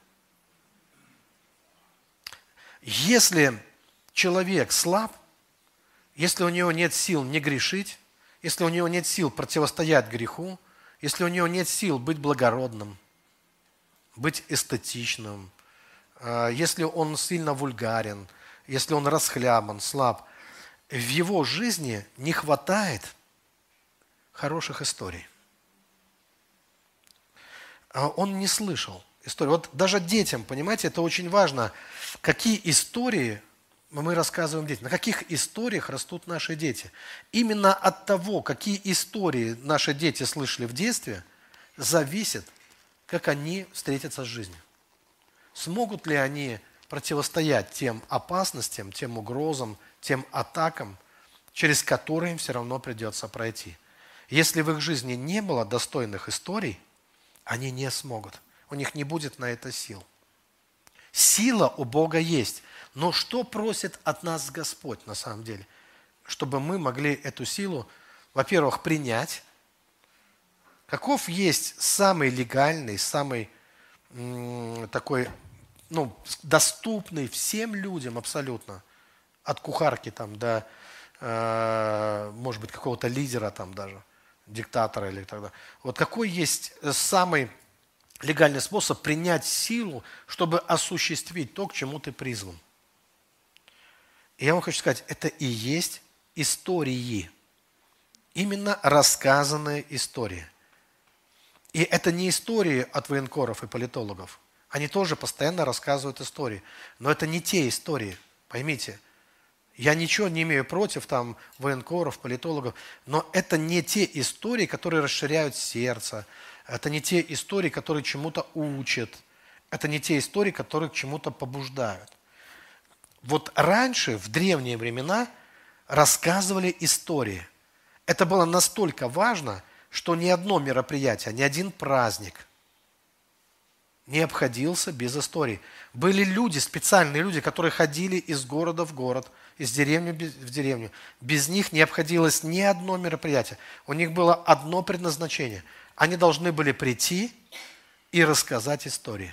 Если человек слаб, если у него нет сил не грешить, если у него нет сил противостоять греху, если у него нет сил быть благородным, быть эстетичным, если он сильно вульгарен, если он расхлябан, слаб, в его жизни не хватает хороших историй. Он не слышал истории. Вот даже детям, понимаете, это очень важно, какие истории мы рассказываем детям. На каких историях растут наши дети? Именно от того, какие истории наши дети слышали в детстве, зависит, как они встретятся с жизнью. Смогут ли они противостоять тем опасностям, тем угрозам, тем атакам, через которые им все равно придется пройти. Если в их жизни не было достойных историй, они не смогут. У них не будет на это сил. Сила у Бога есть. Но что просит от нас Господь на самом деле? Чтобы мы могли эту силу, во-первых, принять. Каков есть самый легальный, самый м, такой, ну, доступный всем людям абсолютно, от кухарки там до, э, может быть, какого-то лидера там даже, диктатора или так далее. Вот какой есть самый легальный способ принять силу, чтобы осуществить то, к чему ты призван? И я вам хочу сказать, это и есть истории. Именно рассказанные истории. И это не истории от военкоров и политологов. Они тоже постоянно рассказывают истории. Но это не те истории, поймите. Я ничего не имею против там военкоров, политологов, но это не те истории, которые расширяют сердце. Это не те истории, которые чему-то учат. Это не те истории, которые к чему-то побуждают. Вот раньше, в древние времена, рассказывали истории. Это было настолько важно, что ни одно мероприятие, ни один праздник не обходился без историй. Были люди, специальные люди, которые ходили из города в город, из деревни в деревню. Без них не обходилось ни одно мероприятие. У них было одно предназначение. Они должны были прийти и рассказать истории.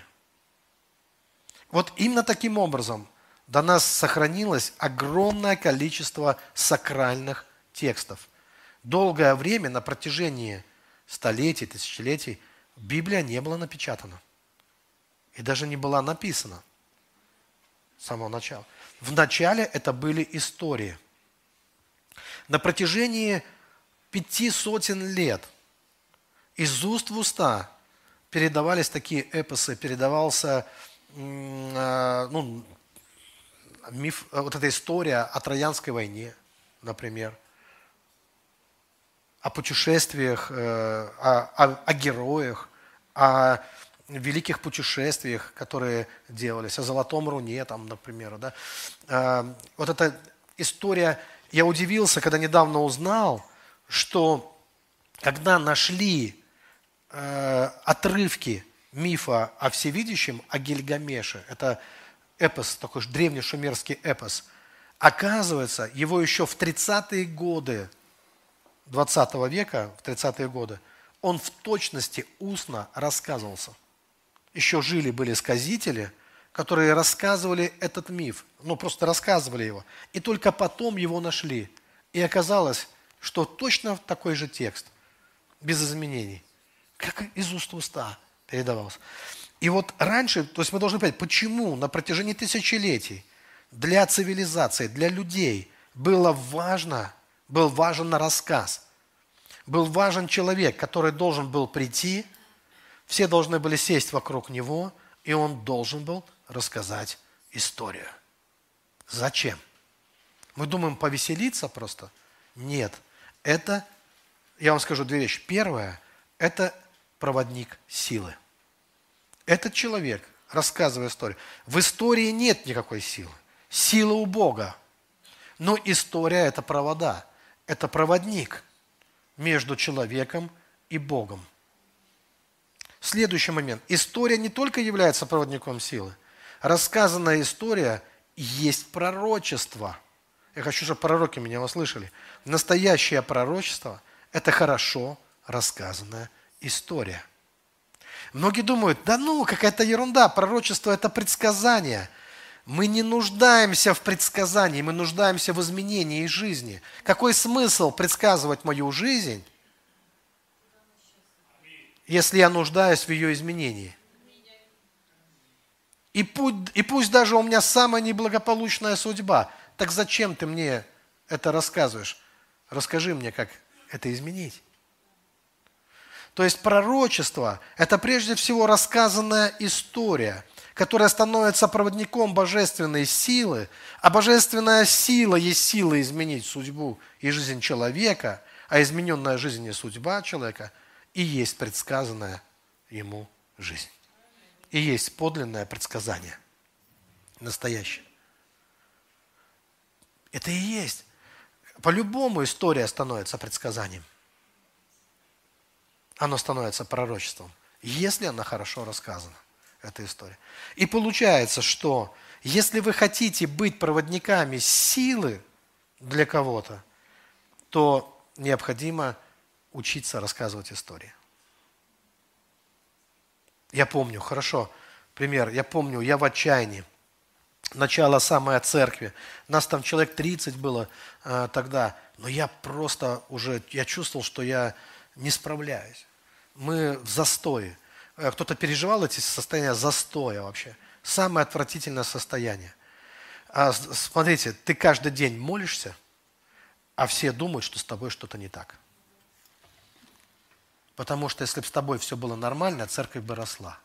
Вот именно таким образом до нас сохранилось огромное количество сакральных текстов. Долгое время, на протяжении столетий, тысячелетий, Библия не была напечатана. И даже не была написана с самого начала. Вначале это были истории. На протяжении пяти сотен лет из уст в уста передавались такие эпосы, передавался ну, миф, вот эта история о Троянской войне, например, о путешествиях, о, о, о героях, о великих путешествиях, которые делались, о Золотом Руне, там, например. Да? Вот эта история, я удивился, когда недавно узнал, что когда нашли э, отрывки мифа о всевидящем, о Гильгамеше, это эпос, такой же древний шумерский эпос, оказывается, его еще в тридцатые годы двадцатого века, в тридцатые годы, он в точности устно рассказывался. Еще жили, были сказители, которые рассказывали этот миф, ну просто рассказывали его, и только потом его нашли. И оказалось, что точно такой же текст, без изменений, как из уст в уста передавался. И вот раньше, то есть мы должны понять, почему на протяжении тысячелетий для цивилизации, для людей было важно, был важен рассказ. Был важен человек, который должен был прийти, все должны были сесть вокруг него, и он должен был рассказать историю. Зачем? Мы думаем повеселиться просто? Нет. Это, я вам скажу две вещи. Первое, это проводник силы. Этот человек, рассказывая историю, в истории нет никакой силы. Сила у Бога. Но история – это провода, это проводник между человеком и Богом. Следующий момент. История не только является проводником силы. Рассказанная история есть пророчество. Я хочу, чтобы пророки меня услышали. Настоящее пророчество – это хорошо рассказанная история. Многие думают, да ну, какая-то ерунда, пророчество – это предсказание. Мы не нуждаемся в предсказании, мы нуждаемся в изменении жизни. Какой смысл предсказывать мою жизнь, если я нуждаюсь в ее изменении? И пусть, и пусть даже у меня самая неблагополучная судьба, так зачем ты мне это рассказываешь? Расскажи мне, как это изменить. То есть пророчество – это прежде всего рассказанная история, которая становится проводником божественной силы, а божественная сила есть сила изменить судьбу и жизнь человека, а измененная жизнь и судьба человека и есть предсказанная ему жизнь. И есть подлинное предсказание, настоящее. Это и есть. По-любому история становится предсказанием. Оно становится пророчеством, если она хорошо рассказана, эта история. И получается, что если вы хотите быть проводниками силы для кого-то, то необходимо учиться рассказывать истории. Я помню, хорошо, пример, я помню, я в отчаянии. Начало самой церкви. Нас там человек тридцать было э, тогда, но я просто уже, я чувствовал, что я не справляюсь. Мы в застое. Э, кто-то переживал эти состояния застоя вообще. Самое отвратительное состояние. А, смотрите, ты каждый день молишься, а все думают, что с тобой что-то не так. Потому что если бы с тобой все было нормально, церковь бы росла.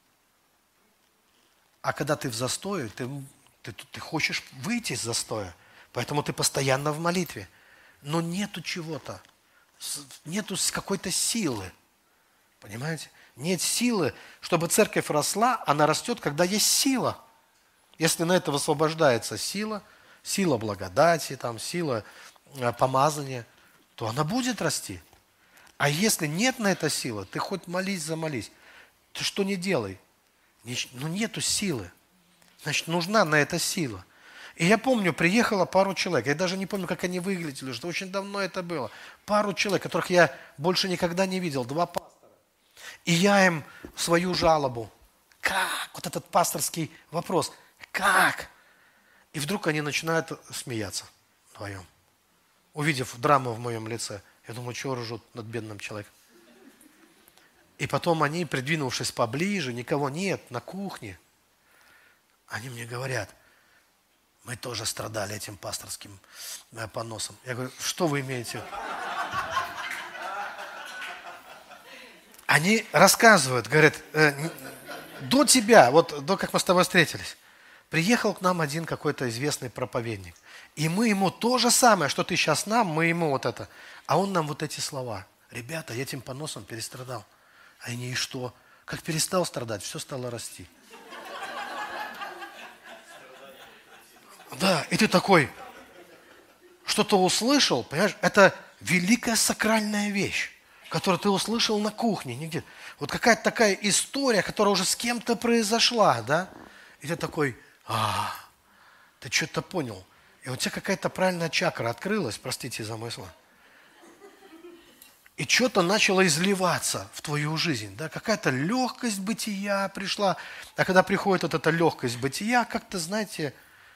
А когда ты в застое, ты, ты, ты хочешь выйти из застоя, поэтому ты постоянно в молитве. Но нету чего-то, нету какой-то силы. Понимаете? Нет силы, чтобы церковь росла, она растет, когда есть сила. Если на это высвобождается сила, сила благодати, там, сила помазания, то она будет расти. А если нет на это силы, ты хоть молись, замолись, ты что не делай? Ну, нету силы. Значит, нужна на это сила. И я помню, приехало пару человек, я даже не помню, как они выглядели, что очень давно это было. Пару человек, которых я больше никогда не видел, два пастора. И я им свою жалобу. Как? Вот этот пасторский вопрос. Как? И вдруг они начинают смеяться вдвоем. Увидев драму в моем лице, я думаю, чего ржут над бедным человеком. И потом они, придвинувшись поближе, никого нет, на кухне, они мне говорят, мы тоже страдали этим пасторским поносом. Я говорю, что вы имеете? Они рассказывают, говорят, э, до тебя, вот до как мы с тобой встретились, приехал к нам один какой-то известный проповедник. И мы ему то же самое, что ты сейчас нам, мы ему вот это. А он нам вот эти слова. Ребята, я этим поносом перестрадал. А они, и что? Как перестал страдать, все стало расти. Да, и ты такой, что-то услышал, понимаешь, это великая сакральная вещь, которую ты услышал на кухне, нигде. Вот какая-то такая история, которая уже с кем-то произошла, да? И ты такой, а, ты что-то понял. И у тебя какая-то правильная чакра открылась, простите за мой слово. И что-то начало изливаться в твою жизнь, да? Какая-то легкость бытия пришла. А когда приходит вот эта легкость бытия, как-то, знаете,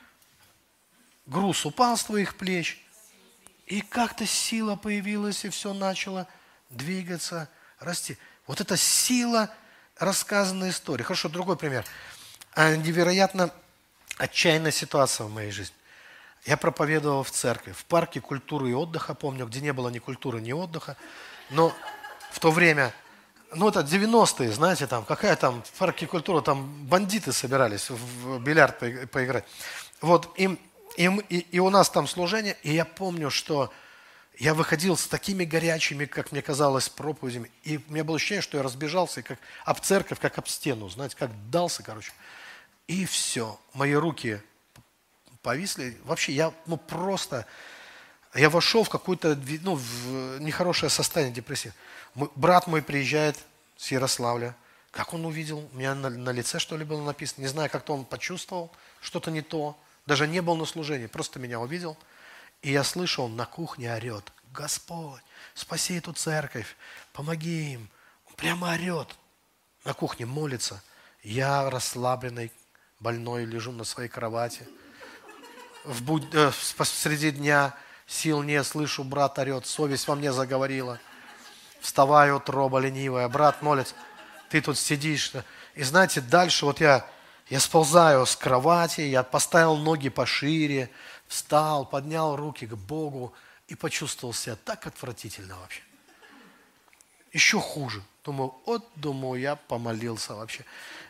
груз упал с твоих плеч, и как-то сила появилась, и все начало двигаться, расти. Вот эта сила рассказанной истории. Хорошо, другой пример. Невероятно отчаянная ситуация в моей жизни. Я проповедовал в церкви, в парке культуры и отдыха, помню, где не было ни культуры, ни отдыха. Но в то время, ну это девяностые, знаете, там, какая там в парке культуры, там бандиты собирались в бильярд поиграть. Вот, и, и, и у нас там служение, и я помню, что я выходил с такими горячими, как мне казалось, проповедями, и у меня было ощущение, что я разбежался, как об церковь, как об стену, знаете, как дался, короче. И все, мои руки повисли. Вообще, я ну, просто, я вошел в какое-то ну, в нехорошее состояние депрессии. Мой, брат мой приезжает с Ярославля. Как он увидел? У меня на, на лице, что ли, было написано. Не знаю, как-то он почувствовал что-то не то. Даже не был на служении, просто меня увидел. И я слышу, он на кухне орет. Господь, спаси эту церковь, помоги им. Он прямо орет. На кухне молится. Я расслабленный, больной, лежу на своей кровати. В буд... э, среди дня сил нет, слышу, брат орет, совесть во мне заговорила. Вставаю, троба ленивая, брат молится, ты тут сидишь. И знаете, дальше вот я, я сползаю с кровати, я поставил ноги пошире, встал, поднял руки к Богу и почувствовал себя так отвратительно вообще. Еще хуже. Думаю, вот, думаю, я помолился вообще.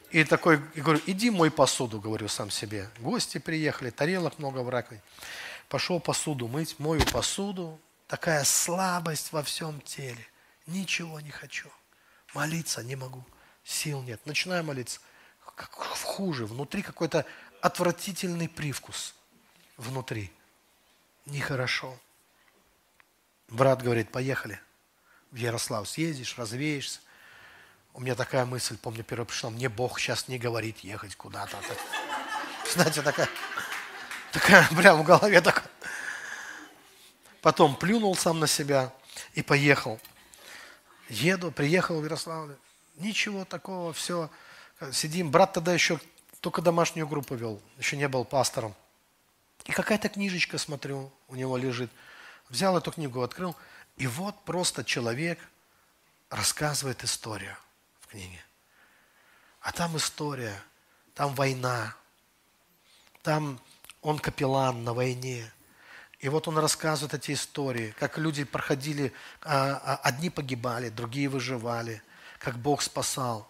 И такой, и говорю, иди мой посуду, говорю сам себе. Гости приехали, тарелок много в раковине. Пошел посуду мыть, мою посуду. Такая слабость во всем теле. Ничего не хочу. Молиться не могу. Сил нет. Начинаю молиться. Как хуже. Внутри какой-то отвратительный привкус. Внутри. Нехорошо. Брат говорит, поехали. В Ярослав съездишь, развеешься. У меня такая мысль, помню, первая пришла, мне Бог сейчас не говорит ехать куда-то. Знаете, такая, такая прямо в голове такая. Потом плюнул сам на себя и поехал. Еду, приехал в Ярославль. Ничего такого, все. Сидим. Брат тогда еще только домашнюю группу вел, еще не был пастором. И какая-то книжечка, смотрю, у него лежит. Взял эту книгу, открыл. И вот просто человек рассказывает историю в книге. А там история, там война, там он капеллан на войне. И вот он рассказывает эти истории, как люди проходили, одни погибали, другие выживали, как Бог спасал.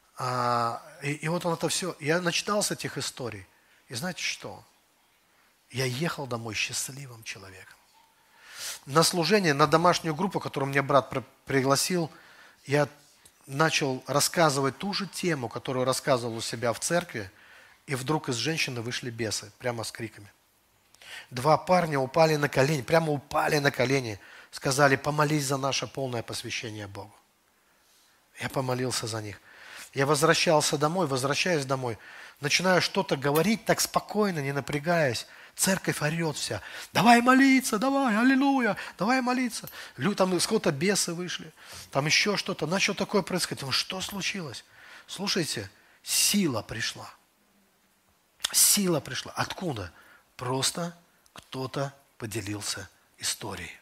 И, и вот он это все, я начитался этих историй. И знаете что? Я ехал домой счастливым человеком. На служение, на домашнюю группу, которую мне брат пригласил, я начал рассказывать ту же тему, которую рассказывал у себя в церкви, и вдруг из женщины вышли бесы, прямо с криками. Два парня упали на колени, прямо упали на колени, сказали, помолись за наше полное посвящение Богу. Я помолился за них. Я возвращался домой, возвращаюсь домой, начинаю что-то говорить так спокойно, не напрягаясь. Церковь орет вся. Давай молиться, давай, аллилуйя, давай молиться. Люди, там из кого-то бесы вышли, там еще что-то. Начало такое происходить. Думаю, что случилось? Слушайте, сила пришла. Сила пришла. Откуда? Просто кто-то поделился историей.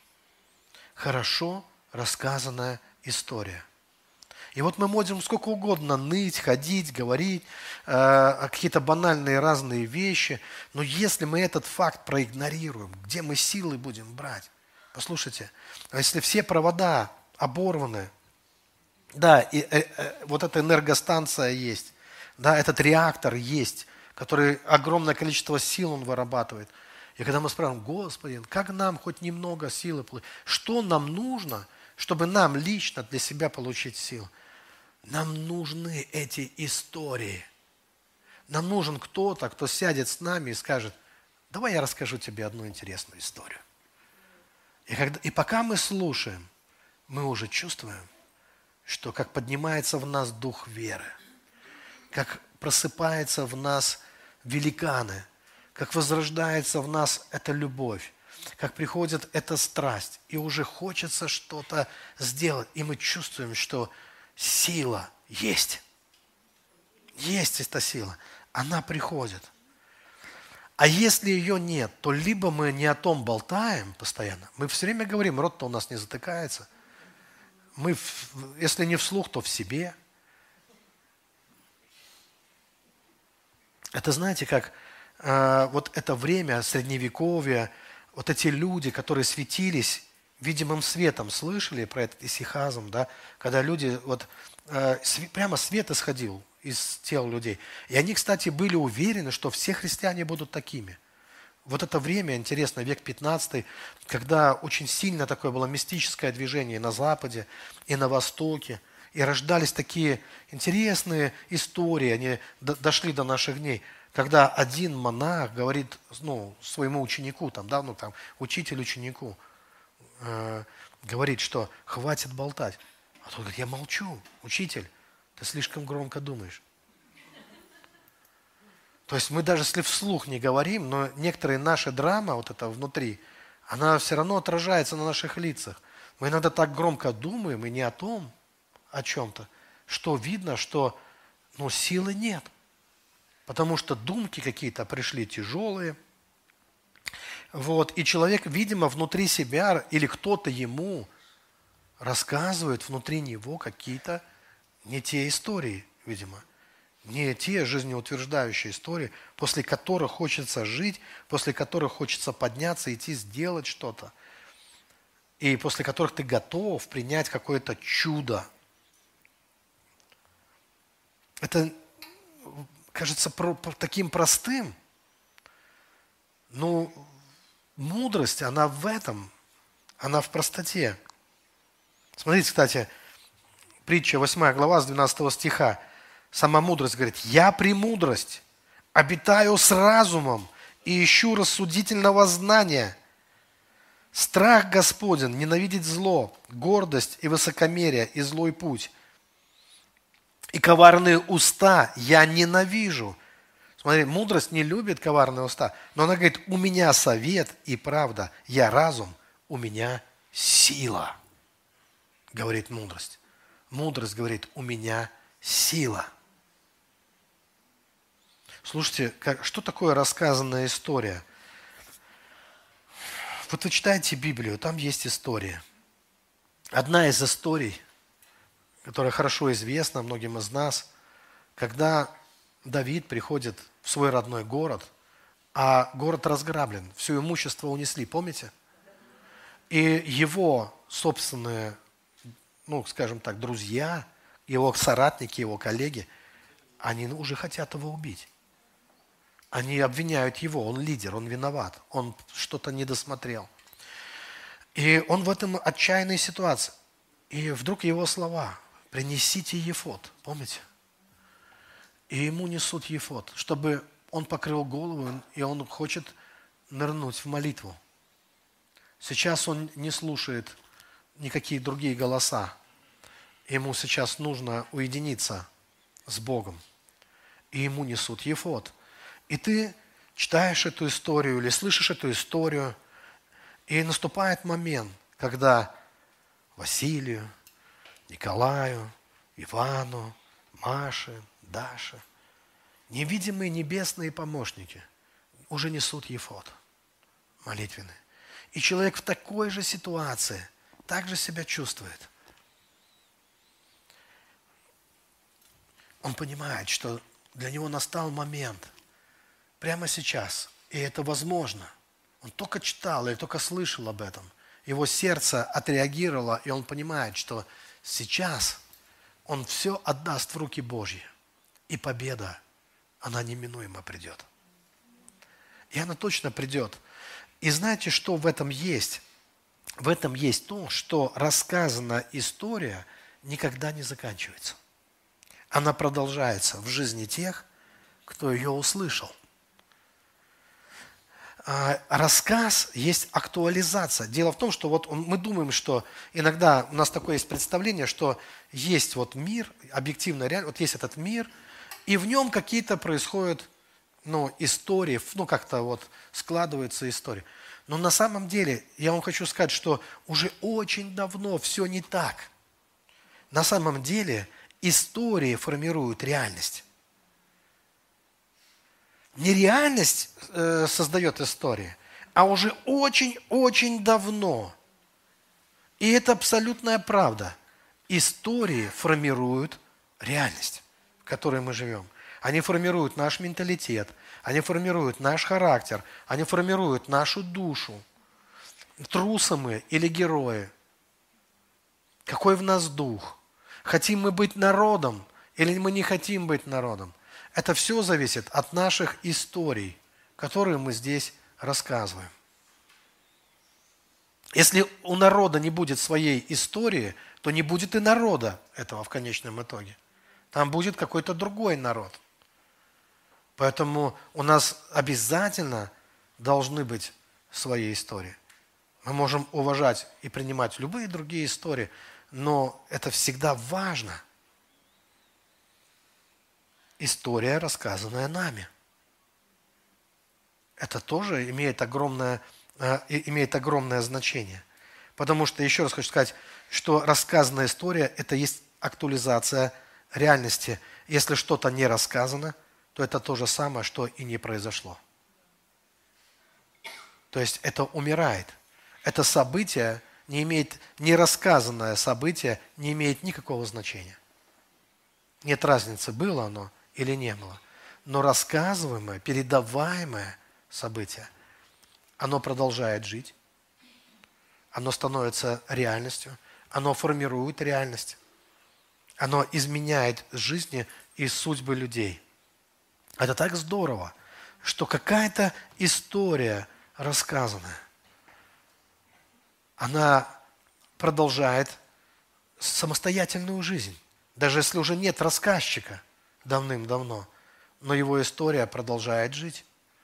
Хорошо рассказанная история. И вот мы можем сколько угодно ныть, ходить, говорить, э, какие-то банальные разные вещи, но если мы этот факт проигнорируем, где мы силы будем брать? Послушайте, если все провода оборваны, да, и э, э, вот эта энергостанция есть, да, этот реактор есть, который огромное количество сил он вырабатывает. И когда мы спрашиваем, Господи, как нам хоть немного силы получить? Что нам нужно, чтобы нам лично для себя получить силу? Нам нужны эти истории. Нам нужен кто-то, кто сядет с нами и скажет, давай я расскажу тебе одну интересную историю. И, когда, и пока мы слушаем, мы уже чувствуем, что как поднимается в нас дух веры, как просыпается в нас великаны, как возрождается в нас эта любовь, как приходит эта страсть, и уже хочется что-то сделать, и мы чувствуем, что сила есть. Есть эта сила. Она приходит. А если ее нет, то либо мы не о том болтаем постоянно. Мы все время говорим, рот-то у нас не затыкается. Мы, если не вслух, то в себе. Это знаете, как э, вот это время Средневековья, вот эти люди, которые светились видимым светом, слышали про этот исихазм, да, когда люди, вот э, св- прямо свет исходил из тел людей. И они, кстати, были уверены, что все христиане будут такими. Вот это время, интересно, век пятнадцатый, когда очень сильно такое было мистическое движение и на Западе, и на Востоке, и рождались такие интересные истории, они д- дошли до наших дней, когда один монах говорит, ну, своему ученику, там, да, ну, там, учитель ученику, э, говорит, что хватит болтать. А тот говорит, я молчу, учитель, ты слишком громко думаешь. То есть мы даже если вслух не говорим, но некоторые наши драма, вот это внутри, она все равно отражается на наших лицах. Мы иногда так громко думаем и не о том, о чем-то, что видно, что ну, силы нет. Потому что думки какие-то пришли тяжелые. Вот, и человек, видимо, внутри себя или кто-то ему рассказывает внутри него какие-то не те истории, видимо. Не те жизнеутверждающие истории, после которых хочется жить, после которых хочется подняться, идти сделать что-то. И после которых ты готов принять какое-то чудо. это кажется про, про, таким простым. Но мудрость, она в этом, она в простоте. Смотрите, кстати, притча восьмая глава с двенадцатого стиха. Сама мудрость говорит: «Я премудрость, обитаю с разумом и ищу рассудительного знания. Страх Господен ненавидеть зло, гордость и высокомерие и злой путь. И коварные уста я ненавижу». Смотри, мудрость не любит коварные уста, но она говорит: «У меня совет и правда, я разум, у меня сила», говорит мудрость. Мудрость говорит: «У меня сила». Слушайте, как, что такое рассказанная история? Вот вы читаете Библию, там есть история. Одна из историй, которая хорошо известна многим из нас, когда Давид приходит в свой родной город, а город разграблен, все имущество унесли, помните? И его собственные, ну, скажем так, друзья, его соратники, его коллеги, они уже хотят его убить. Они обвиняют его, он лидер, он виноват, он что-то не досмотрел. И он в этом отчаянной ситуации. И вдруг его слова: «Принесите ефод», помните? И ему несут ефод, чтобы он покрыл голову, и он хочет нырнуть в молитву. Сейчас он не слушает никакие другие голоса. Ему сейчас нужно уединиться с Богом. И ему несут ефод. И ты читаешь эту историю или слышишь эту историю, и наступает момент, когда Василию, Николаю, Ивану, Маше, Даше, невидимые небесные помощники уже несут ефод молитвенный. И человек в такой же ситуации также себя чувствует. Он понимает, что для него настал момент прямо сейчас, и это возможно. Он только читал или только слышал об этом. Его сердце отреагировало, и он понимает, что сейчас он все отдаст в руки Божьи. И победа, она неминуемо придет. И она точно придет. И знаете, что в этом есть? В этом есть то, что рассказанная история никогда не заканчивается. Она продолжается в жизни тех, кто ее услышал. Рассказ есть актуализация. Дело в том, что вот мы думаем, что иногда у нас такое есть представление, что есть вот мир, объективно реально, вот есть этот мир, и в нем какие-то происходят, ну, истории, ну, как-то вот складываются истории. Но на самом деле, я вам хочу сказать, что уже очень давно все не так. На самом деле, истории формируют реальность. Не реальность э, создает история, а уже очень-очень давно. И это абсолютная правда. Истории формируют реальность, в которой мы живем. Они формируют наш менталитет, они формируют наш характер, они формируют нашу душу. Трусы мы или герои? Какой в нас дух? Хотим мы быть народом или мы не хотим быть народом? Это все зависит от наших историй, которые мы здесь рассказываем. Если у народа не будет своей истории, то не будет и народа этого в конечном итоге. Там будет какой-то другой народ. Поэтому у нас обязательно должны быть свои истории. Мы можем уважать и принимать любые другие истории, но это всегда важно. История, рассказанная нами. Это тоже имеет огромное, э, имеет огромное значение. Потому что, еще раз хочу сказать, что рассказанная история – это есть актуализация реальности. Если что-то не рассказано, то это то же самое, что и не произошло. То есть это умирает. Это событие не имеет, нерассказанное событие не имеет никакого значения. Нет разницы, было оно или не было. Но рассказываемое, передаваемое событие, оно продолжает жить, оно становится реальностью, оно формирует реальность, оно изменяет жизни и судьбы людей. Это так здорово, что какая-то история рассказанная, она продолжает самостоятельную жизнь. Даже если уже нет рассказчика давным-давно, но его история продолжает жить.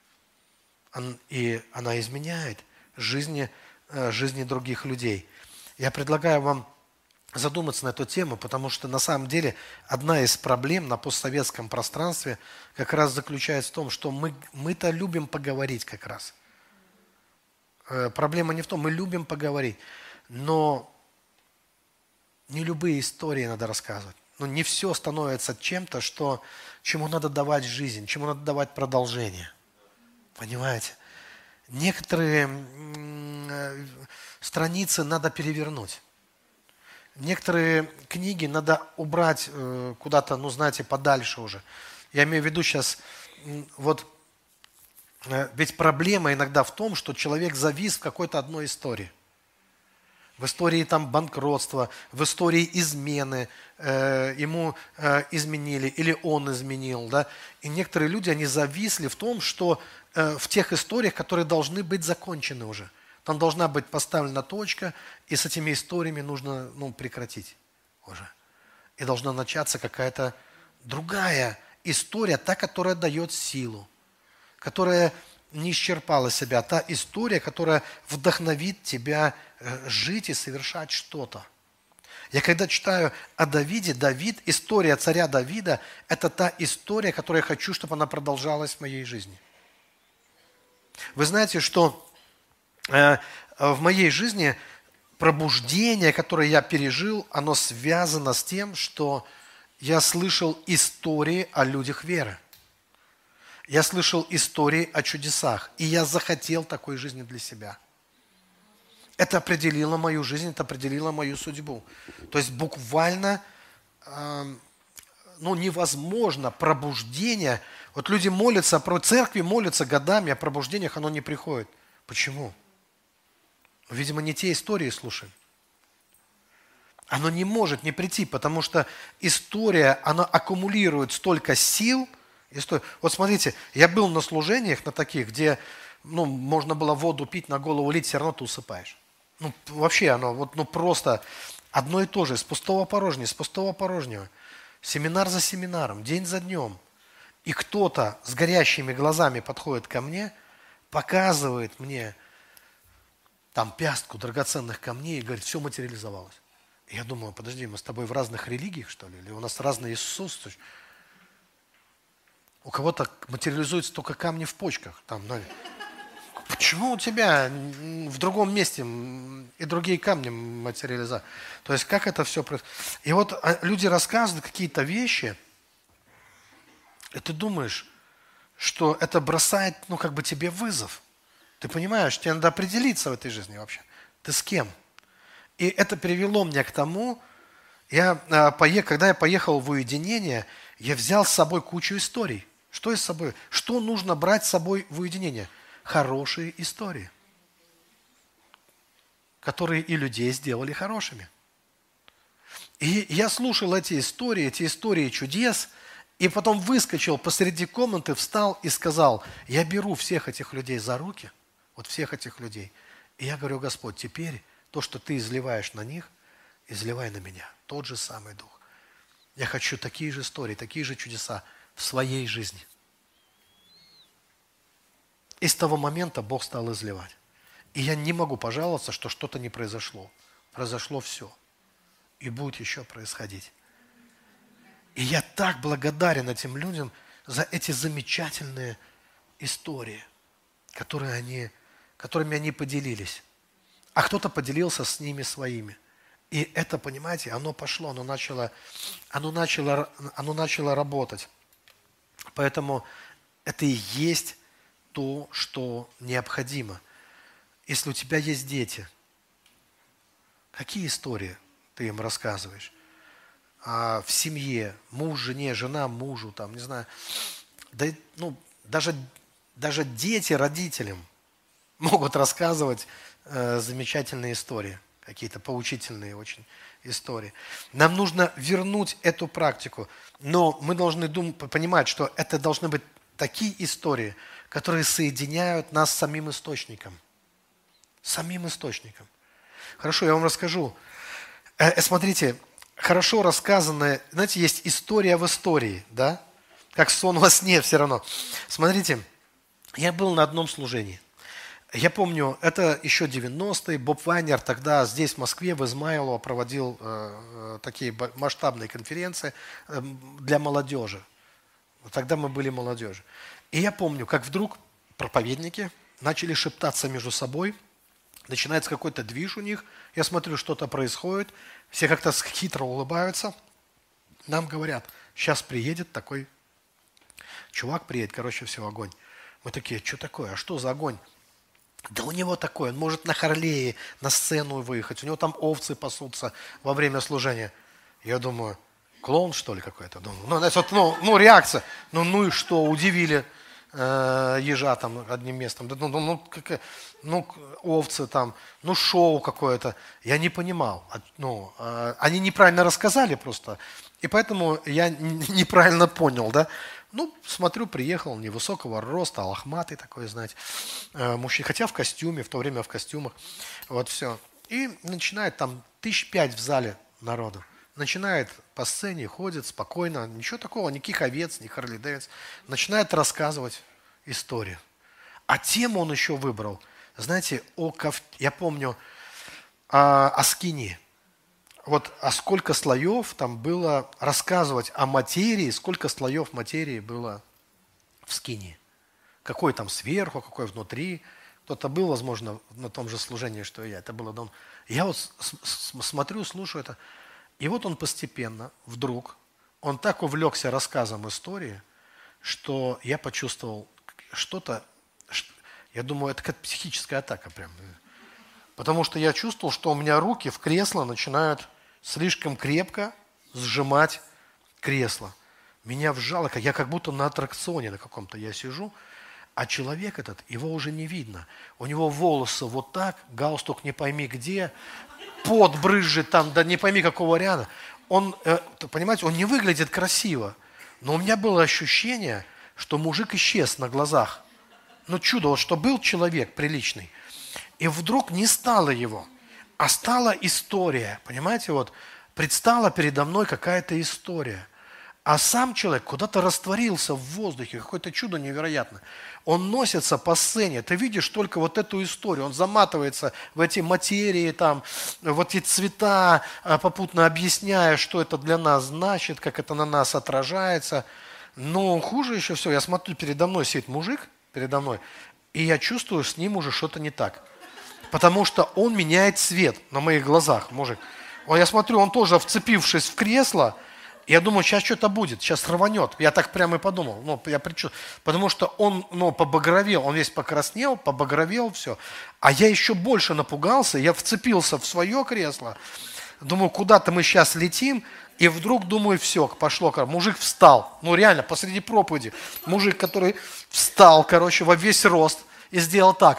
И она изменяет жизни, жизни других людей. Я предлагаю вам задуматься на эту тему, потому что на самом деле одна из проблем на постсоветском пространстве как раз заключается в том, что мы, мы-то любим поговорить как раз. Проблема не в том, мы любим поговорить, но не любые истории надо рассказывать. Но не все становится чем-то, что, чему надо давать жизнь, чему надо давать продолжение. Понимаете? Некоторые страницы надо перевернуть. Некоторые книги надо убрать куда-то, ну, знаете, подальше уже. Я имею в виду сейчас, вот, ведь проблема иногда в том, что человек завис в какой-то одной истории. В истории там банкротства, в истории измены, э, ему э, изменили или он изменил. Да? И некоторые люди, они зависли в том, что э, в тех историях, которые должны быть закончены уже. Там должна быть поставлена точка, и с этими историями нужно, ну, прекратить уже. И должна начаться какая-то другая история, та, которая дает силу, которая не исчерпала себя, та история, которая вдохновит тебя жить и совершать что-то. Я когда читаю о Давиде, Давид, история царя Давида, это та история, которую я хочу, чтобы она продолжалась в моей жизни. Вы знаете, что э, в моей жизни пробуждение, которое я пережил, оно связано с тем, что я слышал истории о людях веры. Я слышал истории о чудесах, и я захотел такой жизни для себя. Это определило мою жизнь, это определило мою судьбу. То есть буквально э, ну, невозможно пробуждение. Вот люди молятся, про церкви молятся годами, а пробуждениях оно не приходит. Почему? Видимо, не те истории слушаем. Оно не может не прийти, потому что история, она аккумулирует столько сил. История. Вот смотрите, я был на служениях на таких, где, ну, можно было воду пить, на голову лить, все равно ты усыпаешь. Ну, вообще оно вот, ну, просто одно и то же, с пустого порожнего, с пустого порожнего. Семинар за семинаром, день за днем. И кто-то с горящими глазами подходит ко мне, показывает мне там пястку драгоценных камней и говорит, все материализовалось. И я думаю, подожди, мы с тобой в разных религиях, что ли? Или у нас разный Иисус? У кого-то материализуются только камни в почках. Там, ну, почему у тебя в другом месте и другие камни материализуют? То есть как это все происходит? И вот люди рассказывают какие-то вещи, и ты думаешь, что это бросает, ну, как бы тебе вызов. Ты понимаешь, тебе надо определиться в этой жизни вообще. Ты с кем? И это привело меня к тому, я, когда я поехал в уединение, я взял с собой кучу историй. Что из собой? Что нужно брать с собой в уединение? Хорошие истории, которые и людей сделали хорошими. И я слушал эти истории, эти истории чудес, и потом выскочил посреди комнаты, встал и сказал, я беру всех этих людей за руки, вот всех этих людей, и я говорю, Господь, теперь то, что Ты изливаешь на них, изливай на меня. Тот же самый Дух. Я хочу такие же истории, такие же чудеса в своей жизни. И с того момента Бог стал изливать. И я не могу пожаловаться, что что-то не произошло. Произошло все. И будет еще происходить. И я так благодарен этим людям за эти замечательные истории, которые они, которыми они поделились. А кто-то поделился с ними своими. И это, понимаете, оно пошло, оно начало, оно начало, оно начало работать. Поэтому это и есть то, что необходимо. Если у тебя есть дети, какие истории ты им рассказываешь? А в семье, муж жене, жена мужу, там, не знаю. Да, ну, даже, даже дети родителям могут рассказывать э, замечательные истории, какие-то поучительные очень истории. Нам нужно вернуть эту практику, но мы должны дум- понимать, что это должны быть такие истории, которые соединяют нас с самим источником. Самим источником. Хорошо, я вам расскажу. Э, смотрите, хорошо рассказанная, знаете, есть история в истории, да? Как сон во сне все равно. Смотрите, я был на одном служении. Я помню, это еще девяностые, Боб Вайнер тогда здесь, в Москве, в Измайлово проводил э, такие масштабные конференции э, для молодежи. Тогда мы были молодежи. И я помню, как вдруг проповедники начали шептаться между собой, начинается какой-то движ у них, я смотрю, что-то происходит, все как-то хитро улыбаются, нам говорят, сейчас приедет такой чувак, приедет, короче, все, огонь. Мы такие, что такое, а что за огонь? Да у него такое, он может на Харлее на сцену выехать, у него там овцы пасутся во время служения. Я думаю, клоун, что ли, какой-то? Думаю, ну, знаете, вот, ну, ну, реакция. Ну, ну и что, удивили э, ежа там одним местом. Ну, ну, ну, как, ну, овцы там, ну, шоу какое-то. Я не понимал. Ну, э, они неправильно рассказали просто. И поэтому я неправильно понял, да. Ну, смотрю, приехал, невысокого роста, лохматый такой, знаете, э, мужчина. Хотя в костюме, в то время в костюмах. Вот все. И начинает там тысяч пять в зале народу. Начинает по сцене, ходит спокойно, ничего такого, никаких овец, ни Харли Дэвидс. Начинает рассказывать историю. А тему он еще выбрал, знаете, о ков... я помню, о, о скинии. Вот, а сколько слоев там было рассказывать о материи, сколько слоев материи было в скинии. Какой там сверху, какой внутри. Кто-то был, возможно, на том же служении, что и я. Это было давно. Я вот смотрю, слушаю это. И вот он постепенно, вдруг, он так увлекся рассказом истории, что я почувствовал что-то, я думаю, это как психическая атака прям. Потому что я чувствовал, что у меня руки в кресло начинают слишком крепко сжимать кресло. Меня вжало, я как будто на аттракционе на каком-то я сижу, а человек этот, его уже не видно. У него волосы вот так, галстук не пойми где, пот брызжет там, да не пойми какого ряда. Он, э, понимаете, он не выглядит красиво. Но у меня было ощущение, что мужик исчез на глазах. Ну чудо, вот что был человек приличный. И вдруг не стало его, а стала история. Понимаете, вот предстала передо мной какая-то история. А сам человек куда-то растворился в воздухе, какое-то чудо невероятное. Он носится по сцене, ты видишь только вот эту историю, он заматывается в эти материи, там, вот эти цвета, попутно объясняя, что это для нас значит, как это на нас отражается. Но хуже еще всего, я смотрю, передо мной сидит мужик, передо мной, и я чувствую, с ним уже что-то не так. Потому что он меняет цвет на моих глазах, мужик. Я смотрю, он тоже, вцепившись в кресло, я думаю, сейчас что-то будет, сейчас рванет. Я так прямо и подумал. Ну, я причу... Потому что он ну, побагровел, он весь покраснел, побагровел, все. А я еще больше напугался, я вцепился в свое кресло. Думаю, куда-то мы сейчас летим. И вдруг, думаю, все, пошло. Мужик встал. Ну, реально, посреди проповеди. Мужик, который встал, короче, во весь рост. И сделал так.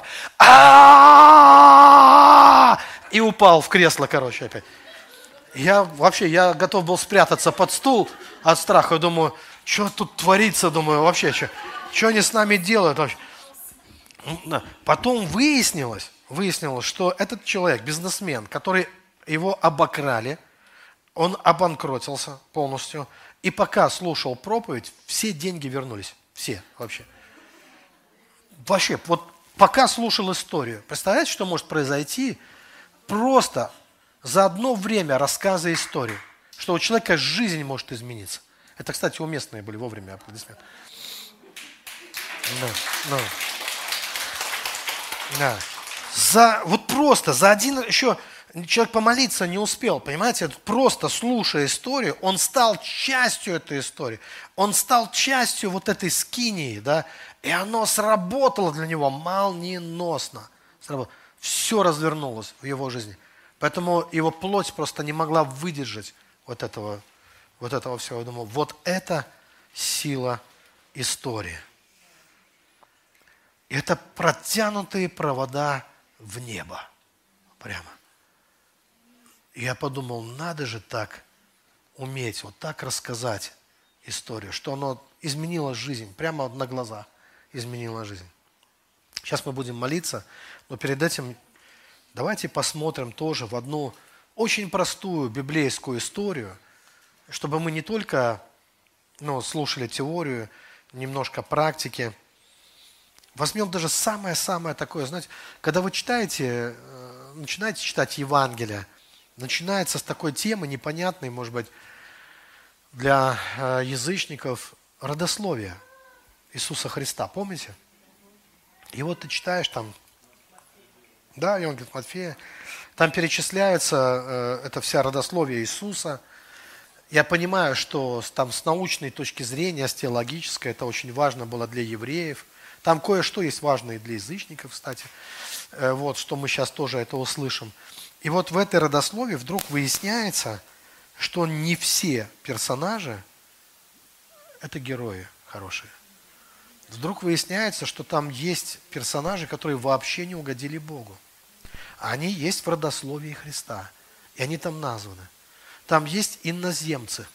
И упал в кресло, короче, опять. Я вообще, я готов был спрятаться под стул от страха. Думаю, что тут творится, думаю, вообще, что, что они с нами делают вообще. Потом выяснилось, выяснилось, что этот человек, бизнесмен, который его обокрали, он обанкротился полностью. И пока слушал проповедь, все деньги вернулись. Все вообще. Вообще, вот пока слушал историю. Представляете, что может произойти просто за одно время рассказа истории, что у человека жизнь может измениться. Это, кстати, уместные были вовремя аплодисменты. Да, да. Да. За, вот просто за один еще человек помолиться не успел, понимаете? Просто слушая историю, он стал частью этой истории. Он стал частью вот этой скинии, да, и оно сработало для него молниеносно. Все развернулось в его жизни. Поэтому его плоть просто не могла выдержать вот этого, вот этого всего. Я думаю, вот это сила истории. Это протянутые провода в небо. Прямо. И я подумал, надо же так уметь, вот так рассказать историю, что оно изменило жизнь, прямо на глазах изменило жизнь. Сейчас мы будем молиться, но перед этим давайте посмотрим тоже в одну очень простую библейскую историю, чтобы мы не только ну, слушали теорию, немножко практики. Возьмем даже самое-самое такое, знаете, когда вы читаете, начинаете читать Евангелие, начинается с такой темы непонятной, может быть, для язычников, родословие Иисуса Христа. Помните? И вот ты читаешь там, да, Евангелие от Матфея, там перечисляется э, эта вся родословие Иисуса. Я понимаю, что там с научной точки зрения, с теологической, это очень важно было для евреев. Там кое-что есть важное и для язычников, кстати. Э, вот, что мы сейчас тоже это услышим. И вот в этой родословии вдруг выясняется, что не все персонажи – это герои хорошие. Вдруг выясняется, что там есть персонажи, которые вообще не угодили Богу. А они есть в родословии Христа. И они там названы. Там есть иноземцы.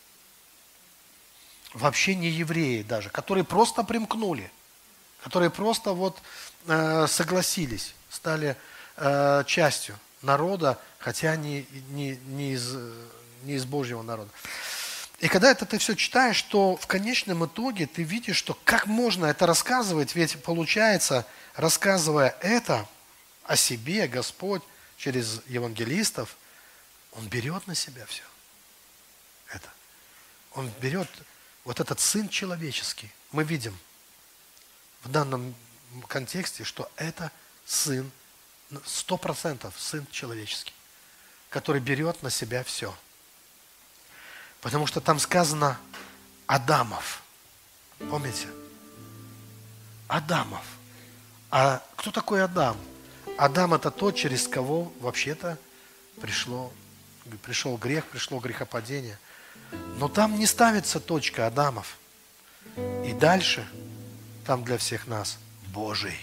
Вообще не евреи даже, которые просто примкнули. Которые просто вот э, согласились, стали э, частью народа, хотя не, не, не, из, не из Божьего народа. И когда это ты все читаешь, то в конечном итоге ты видишь, что как можно это рассказывать, ведь получается, рассказывая это о себе, Господь через евангелистов, Он берет на себя все это. Он берет вот этот Сын человеческий. Мы видим в данном контексте, что это Сын, сто процентов Сын человеческий, который берет на себя все. Потому что там сказано Адамов. Помните? Адамов. А кто такой Адам? Адам – это тот, через кого вообще-то пришло, пришел грех, пришло грехопадение. Но там не ставится точка Адамов. И дальше там для всех нас Божий.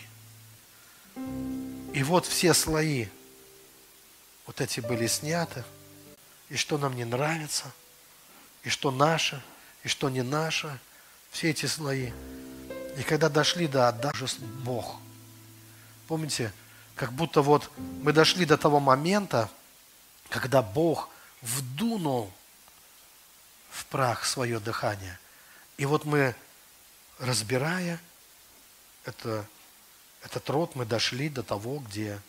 И вот все слои вот эти были сняты. И что нам не нравится, и что наше, и что не наше. Все эти слои. И когда дошли до Адама, уже Бог. Помните, как будто вот мы дошли до того момента, когда Бог вдунул в прах свое дыхание. И вот мы, разбирая это, этот род, мы дошли до того, где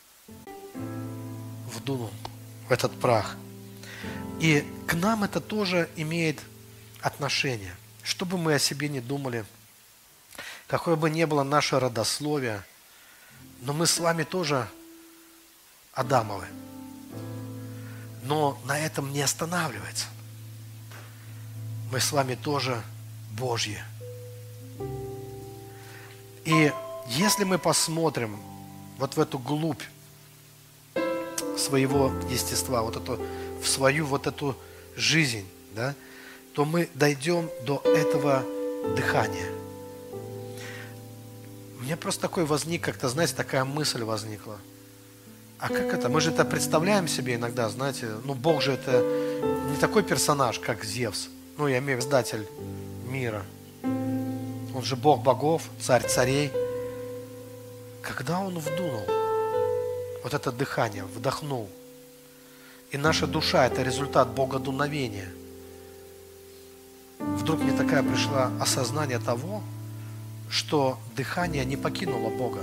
вдунул в этот прах. И к нам это тоже имеет отношение. Что бы мы о себе не думали, какое бы ни было наше родословие, но мы с вами тоже Адамовы. Но на этом не останавливается. Мы с вами тоже Божьи. И если мы посмотрим вот в эту глубь своего естества, вот эту, в свою вот эту жизнь, да, то мы дойдем до этого дыхания. У меня просто такой возник, как-то, знаете, такая мысль возникла. А как это? Мы же это представляем себе иногда, знаете, ну Бог же это не такой персонаж, как Зевс. Ну, я имею в виду создатель мира. Он же Бог богов, царь царей. Когда Он вдунул вот это дыхание, вдохнул, и наша душа – это результат богодуновения, вдруг мне такая пришла осознание того, что дыхание не покинуло Бога.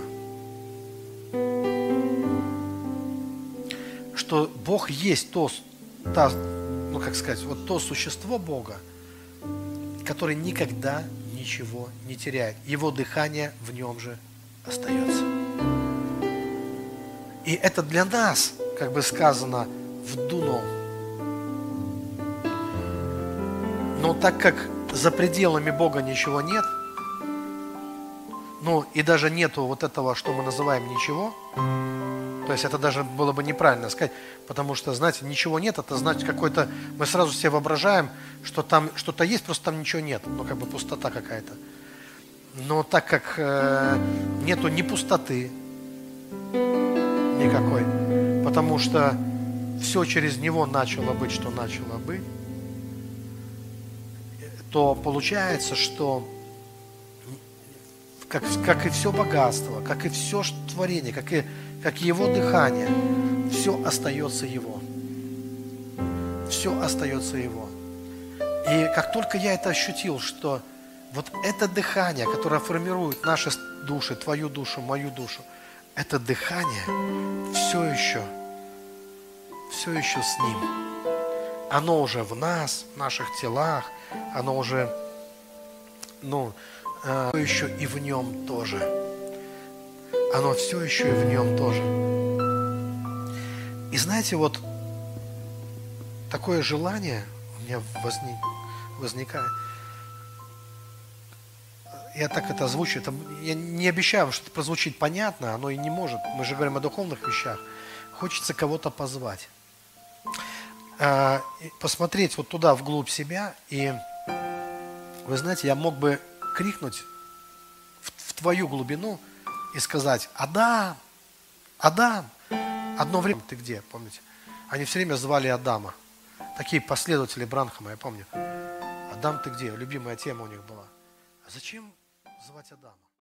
Что Бог есть то, та, ну как сказать, вот то существо Бога, которое никогда ничего не теряет. Его дыхание в нем же остается. И это для нас, как бы сказано, вдунул. Но так как за пределами Бога ничего нет, ну и даже нету вот этого, что мы называем ничего, то есть это даже было бы неправильно сказать, потому что, знаете, ничего нет, это значит какой-то, мы сразу себе воображаем, что там что-то есть, просто там ничего нет, ну как бы пустота какая-то. Но так как э, нету ни пустоты никакой, потому что все через него начало быть, что начало быть, то получается, что как, как и все богатство, как и все творение, как и, как и его дыхание, все остается его. Все остается его. И как только я это ощутил, что вот это дыхание, которое формирует наши души, твою душу, мою душу, это дыхание все еще, все еще с ним. Оно уже в нас, в наших телах, оно уже, ну, э, еще и в нем тоже. Оно все еще и в нем тоже. И знаете, вот такое желание у меня возник, возникает. Я так это озвучу, это, я не обещаю, что это прозвучит понятно, оно и не может. Мы же говорим о духовных вещах. Хочется кого-то позвать. Посмотреть вот туда, вглубь себя, и вы знаете, я мог бы крикнуть в, в твою глубину и сказать: Адам, Адам. Одно время ты где, помните? Они все время звали Адама. Такие последователи Бранхама, я помню. Адам, ты где? Любимая тема у них была. А зачем звать Адама?